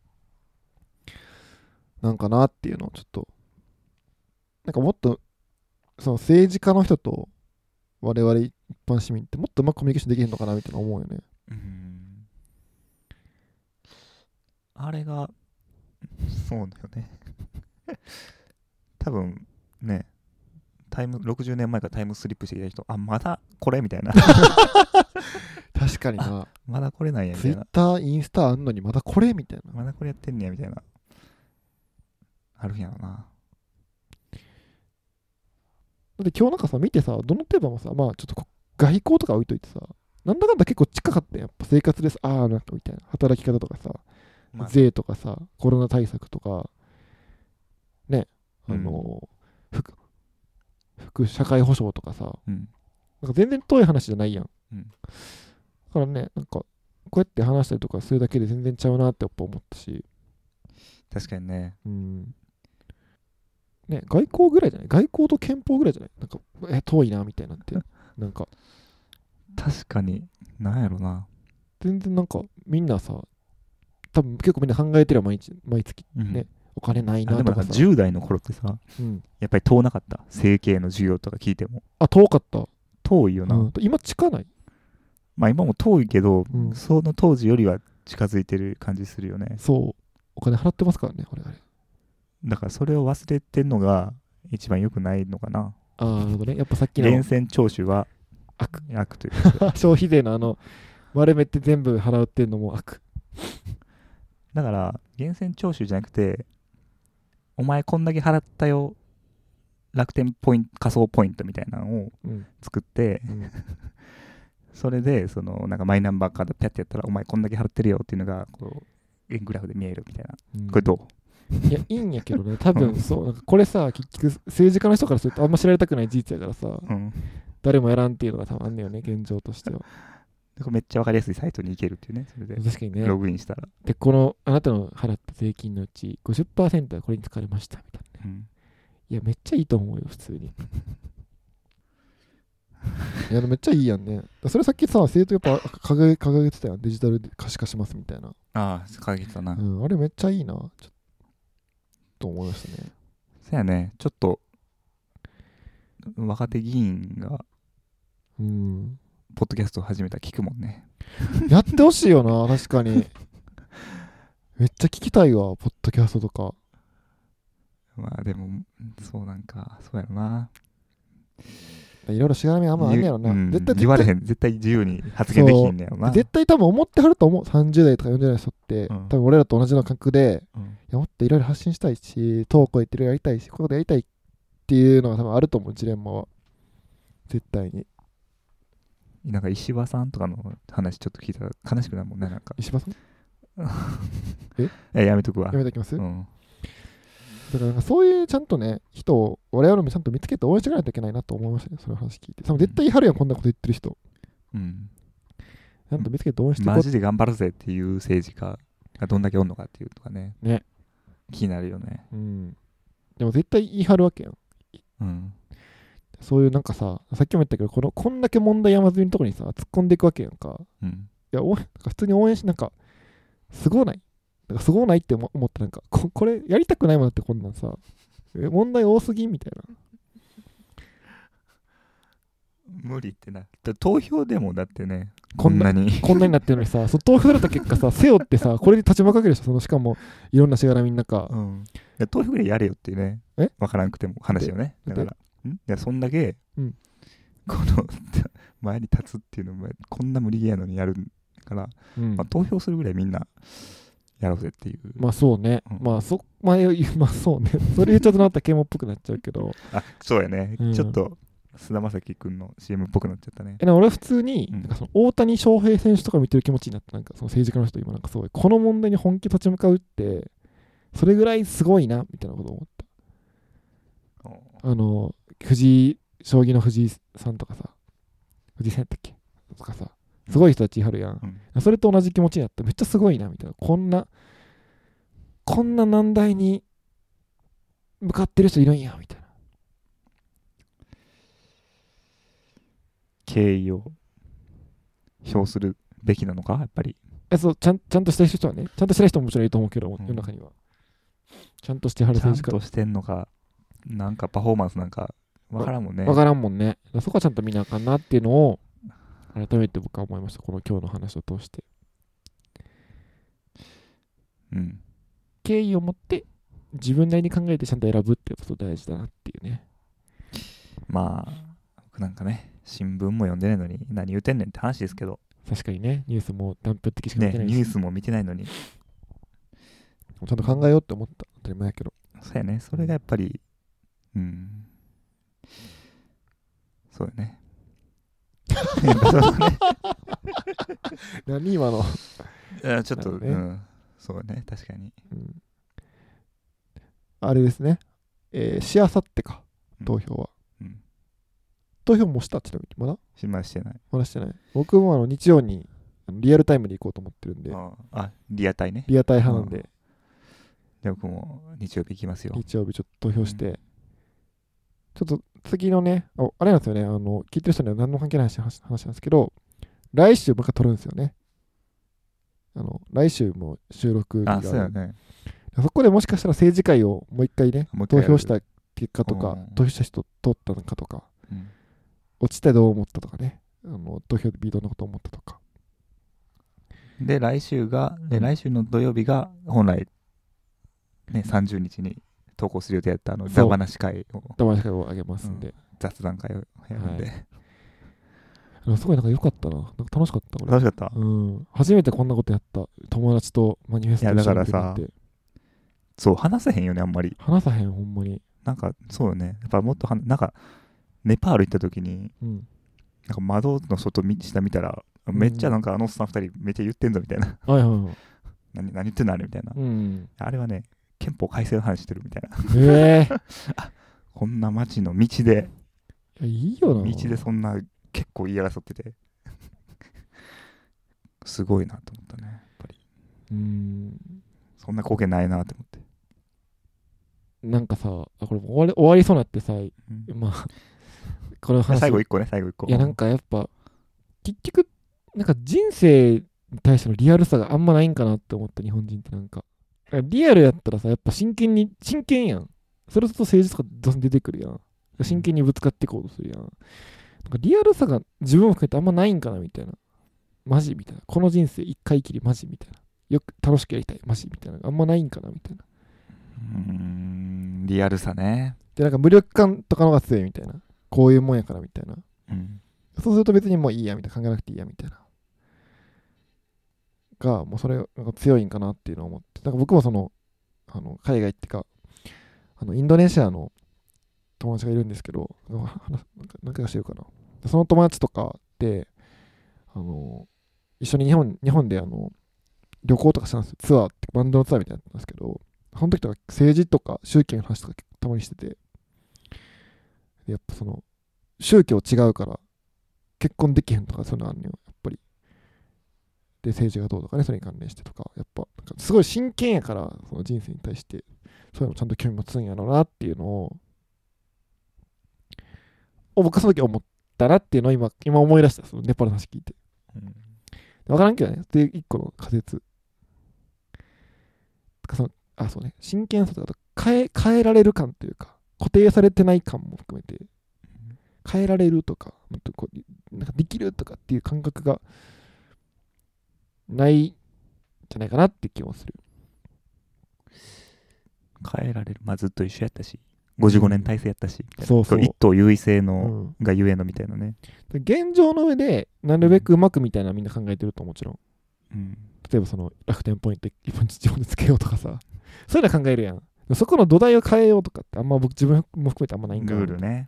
なんかなっていうのをちょっとなんかもっとその政治家の人と我々一般市民ってもっとうまくコミュニケーションできへんのかなみたいな思うよね。うん、 あれがそうだよね多分ね、タイムろくじゅうねんまえからタイムスリップしてきた人、あ、まだこれみたいな確かにな、 まだこれなんやみたいな、 ツイッターインスタあんのにまだこれみたいな、 まだこれやってんねやみたいなあるんやろな。 だって今日なんかさ見てさ、どのテーマもさ、まあちょっと外交とか置いといてさ、なんだかんだ結構近かったやっぱ生活です、ああなんかみたいな、働き方とかさ、まあ、税とかさ、コロナ対策とかね、あの、うん、副副社会保障とかさ、うん、なんか全然遠い話じゃないやん、うん、だからね、なんかこうやって話したりとかするだけで全然ちゃうなってやっぱ思ったし、 確かにね、うん、 ね、外交ぐらいじゃない？外交と憲法ぐらいじゃない？なんかえ遠いなみたいなってなんか確かになんやろな、 全然なんかみんなさ多分結構みんな考えてるよ毎日毎月ね、うん、お金ないなとかさ。 でもなんかじゅう代の頃ってさ、うん、やっぱり遠なかった？整形の授業とか聞いても。 あ、遠かった。 遠いよな、 うん、今近ない？ まあ今も遠いけど、うん、その当時よりは近づいてる感じするよね。 そう、お金払ってますからね、これあれ。 だからそれを忘れてんのが一番良くないのかな。 ああ、なるほどね。やっぱさっきの源泉徴収は悪悪というか消費税のあの割れ目って全部払うってんのも悪。 だから源泉徴収じゃなくて、お前こんだけ払ったよ楽天ポイント仮想ポイントみたいなのを作って、うんうん、それでそのなんかマイナンバーカードピャッてやったらお前こんだけ払ってるよっていうのがこう円グラフで見えるみたいな、うん、これどう？いやいいんやけどね、多分そうなんかこれさ結局政治家の人からするとあんま知られたくない事実やからさ、うん、誰もやらんっていうのが多分あんねよね、現状としては。 めっちゃ分かりやすいサイトに行けるっていうね。それで確かにね、 ログインしたらでこのあなたの払った税金のうち ごじゅっパーセント はこれに使われましたみたいなね、うん、いやめっちゃいいと思うよ普通にいやめっちゃいいやんね。それさっきさ政党やっぱ掲げ、掲げてたやん、デジタルで可視化しますみたいな。ああ掲げてたな、 うん、あれめっちゃいいなちょっと思いましたね。 そやね、ちょっと若手議員がうんポッドキャストを始めたら聞くもんね。 やってほしいよな、確かに。めっちゃ聞きたいわ、ポッドキャストとか。 まあでも、そうなんか、そうやろな。 いろいろしがらみあんまあんねやろな、 うん。絶対言われへん、絶対自由に発言できへんねやろな。 絶対多分思ってはると思う。さんじゅう代とかよんじゅう代の人って、うん、多分俺らと同じような感覚で、うん、いやもっといろいろ発信したいし、投稿言ってるやりたいし、こういうことやりたいっていうのが多分あると思う、ジレンマは。絶対に。 なんか石破さんとかの話ちょっと聞いたら悲しくなるもんね、なんか。 石破さんええやめとくわ。 やめときます、うん、だからなんかそういうちゃんとね、人を我々もちゃんと見つけて応援していかないといけないなと思いましたね、その話聞いて。多分絶対言い張るやん、こんなこと言ってる人。うん。ちゃんと見つけて応援していこう。 マジで頑張るぜっていう政治家がどんだけおんのかっていうとかね。ね。気になるよね。 うん。でも絶対言い張るわけやん。うん。そういうなんかさ、さっきも言ったけど、このこんだけ問題山積みのところにさ、突っ込んでいくわけやんか。うん。いや、応援なんか普通に応援し、なんか、すごないなんかすごないって思った。なんかこ、これやりたくないもんだって、こんなんさ、問題多すぎみたいな。 無理ってな。投票でもだってね、こんなに。 こんなになってるのにさ、そ投票された結果さ、背負ってさ、これで立場かけるでしょ、そのしかも、いろんなしがらみの中。うん。 投票ぐらいやれよっていうね、え分からなくても話よね。だから。んいやそんだけ、うん、この前に立つっていうのもこんな無理ゲーやのにやるから、うんまあ、投票するぐらいみんなやろうぜっていう。 まあそうね、うん、まあそまあ、まあそうね、それ言っちゃうとなったらケモっぽくなっちゃうけどあそうやね、うん、ちょっと菅田将暉君の シーエム っぽくなっちゃったね。 え俺は普通に、うん、なんかその大谷翔平選手とか見てる気持ちになって、なんかその政治家の人今なんかすごいこの問題に本気立ち向かうってそれぐらいすごいなみたいなことを思った。あの藤井将棋の藤井さんとかさ、藤井さんやったっけとかさ、すごい人たちいはるやん、うん、それと同じ気持ちになった。めっちゃすごいなみたいな、こんなこんな難題に向かってる人いるんやみたいな。 敬意を表するべきなのかやっぱり。 えそうちゃんちゃんとした人はね、ちゃんとした人ももちろんいると思うけど、うん、世の中にはちゃんとしてはる選手かちゃんとしてんのか、なんかパフォーマンスなんか分からんもんね。 分からんもんね。そこはちゃんと見なあかんなっていうのを改めて僕は思いました、この今日の話を通して。うん。敬意を持って自分なりに考えてちゃんと選ぶっていうこと大事だなっていうね。 まあ僕なんかね、新聞も読んでないのに何言うてんねんって話ですけど。 確かにね、ニュースも断片的しか見てないし、 ね、ニュースも見てないのにちゃんと考えようって思った。当たり前やけど。 そうやね、それがやっぱりうんそうよね。 何今のいやちょっと、ねうん、そうね確かに、うん、 あれですね、えー、しあさってか投票は、うんうん、投票もしたちなみにまだしましてないまだしてない。僕もあの日曜にリアルタイムで行こうと思ってるんで。 ああリアタイね。 リアタイ派なんで、 で僕も日曜日行きますよ。 日曜日ちょっと投票して、 ちょっと次のね、ああれなんですよね、あの聞いてる人には何の関係ない話話話なんですけど、来週僕が撮るんですよね。あの来週も収録日がああ、 る。 そうやね。 そこでもしかしたら政治会をもう一回ね、 もう一回やる投票した結果とか、 うん投票した人通ったのかとか、 うん落ちてどう思ったとかね、あの投票でビーどんなこと思ったとか。 で、来週が、で、 うん来週の土曜日が、本来、ね、さんじゅうにちに投稿する予定やったあの、 そうダバナ司会を、 騙し会をあげますんで。 雑談会をやるんで。 はでもすごいなんか良かったな。なんか楽しかったこれ。 楽しかった。 うん。初めてこんなことやった。友達とマニフェストいやだからさ一緒に見てそう、話せへんよね、あんまり。 話さへん、ほんまに。 なんか、そうよね。やっぱもっとは、なんか、ネパール行った時に、 うん。 なんか窓の外み下見たら、 んめっちゃなんかあのおっさんふたりめっちゃ言ってんぞみたいな。 はいはいはい。 何何言ってんのあれみたいな。 うん。 あれはね、憲法改正の話してるみたいな。 ええこんな街の道で、 ー。いいよな。 道でそんな結構言い争ってて、すごいなと思ったね。やっぱり。 うん。 そんな光景ないなと思って。 なんかさ、あこれ終わり終わりそうになってさ、 うんまあ、この話。 最後一個ね、最後一個。 いや、なんかやっぱ、結局、なんか人生に対してのリアルさがあんまないんかなって思った、日本人ってなんか。リアルやったらさ、やっぱ真剣に、真剣やん。それと政治とかどんどん出てくるやん。真剣にぶつかっていこうとするやん。なんかリアルさが自分を含めてあんまないんかなみたいな。マジみたいな。この人生一回きりマジみたいな。よく楽しくやりたいマジみたいな。あんまないんかなみたいな。 うーん、リアルさね。 で、なんか無力感とかのが強いみたいな。こういうもんやからみたいな。 うん。 そうすると別にもういいやみたいな。考えなくていいやみたいな。が、もうそれがなんか強いんかなっていうのを思って。なんか僕もその、あの海外ってか、あのインドネシアの友達がいるんですけど、なんか何回かしてるかな。その友達とかで、あの、一緒に日本日本であの旅行とかしたんですよ。ツアーって、バンドのツアーみたいなのやったんですけど、その時とか政治とか宗教の話とかたまにしてて、やっぱその、宗教違うから結婚できへんとかそういうのあるのよ、やっぱり。で、政治がどうとかね、それに関連してとか、やっぱ、なんかすごい真剣やから、その人生に対して、そういうのちゃんと興味持つんやろうなっていうのを、を僕はその時思ったなっていうのを今、今思い出した、そのネパールの話聞いて。 うんわからんけどね、で、一個の仮説。そのあ、そうね、真剣さとかと変え、変えられる感というか、固定されてない感も含めて、変えられるとか、もっとこうなんかできるとかっていう感覚がないんじゃないかなって気もする。 変えられる。まあずっと一緒やったし、ごじゅうごねん体制やったし、みたいなそうそう一党優位性うの、 ん、 がゆえのみたいなね。 現状の上で、なるべくうまくみたいなみんな考えてるともちろん。 うん。 例えばその楽天ポイント一本自分でつけようとかさ、そういうの考えるやん。そこの土台を変えようとかってあんま僕自分も含めてあんまないんかな。 ルールね。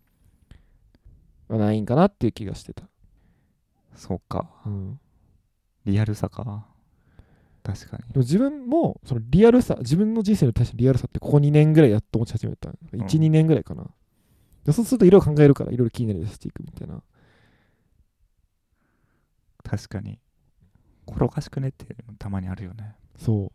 ないんかなっていう気がしてた。 そうか。 うん、 リアルさか。確かに。 でも自分もそのリアルさ、自分の人生に対してのリアルさってここにねんぐらいやっと思ち始めた。いち、 うんにねんぐらいかな。でそうするといろいろ考えるから、いろいろ気になりだしていくみたいな。 確かに。これおかしくねっていうのたまにあるよね。 そう。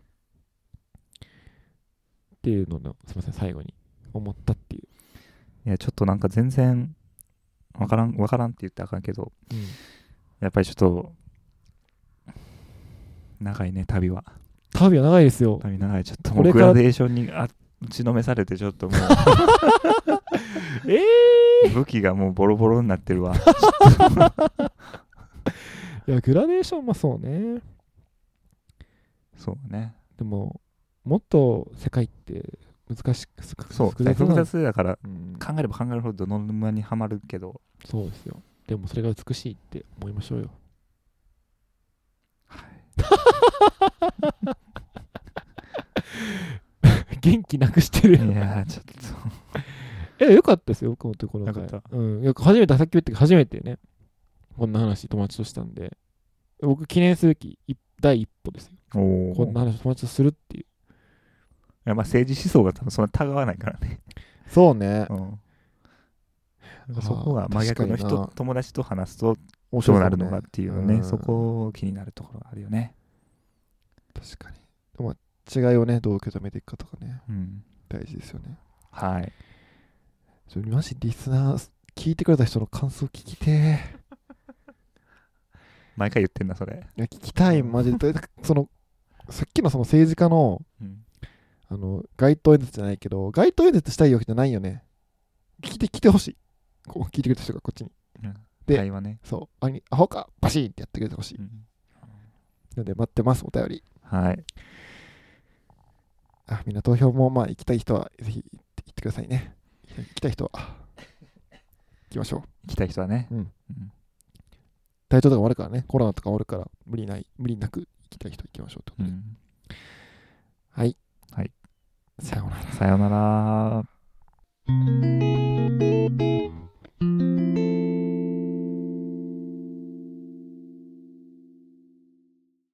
っていうのを、すみません、最後に思ったっていう。 いや、ちょっとなんか全然、わからん、わからんって言ったらあかんけど、 うん、 やっぱりちょっと、長いね、旅は。 旅は長いですよ。 旅長い。ちょっともこれからうグラデーションにあ打ちのめされて、ちょっともう、 えー、 武器がもうボロボロになってるわ。 いや、グラデーションもそうね。 そうね。 でも、もっと世界って難しく、 そう、複雑なだから、 うん、 考えれば考えるほど沼にはまるけど、 そうですよ。でもそれが美しいって思いましょうよ。 はい、 元気なくしてるよ。 いやー、ちょっと。 え、よかったですよ、僕もこの回。 よかったうん。よく初めて、さっき言って初めてね、こんな話友達としたんで、僕記念すべき一第一歩ですよ。 おこんな話友達とするっていう。 いや、まあ政治思想が多分そんなたがわないからね。 そうね。 うん、そこが真逆の人、友達と話すとどうなるのかっていうのね、そこ気になるところがあるよね。 確かに。でも違いをね、どう受け止めていくかとかね、 うん、 大事ですよね。 はい。 ちょマジリスナー聞いてくれた人の感想聞きて毎回言ってんなそれ。 いや聞きたいマジでそのさっきのその政治家の、うん、あの街頭演説じゃないけど街頭演説したいわけじゃないよね。聞いて来てほしい。こう聞いてくれた人がこっちに、 うん、で会話ね。 そうあアホかバシーンってやってくれてほしい、うん、なので待ってますお便り。 はい。 あみんな投票もまあ行きたい人はぜひ行ってくださいね。行きたい人は行きましょう。 行きたい人はね、うんうん、 体調とか悪いからね、コロナとか悪いから無理ない無理なく行きたい人行きましょうと、うん、はい、 はい、 さようなら。 さようなら。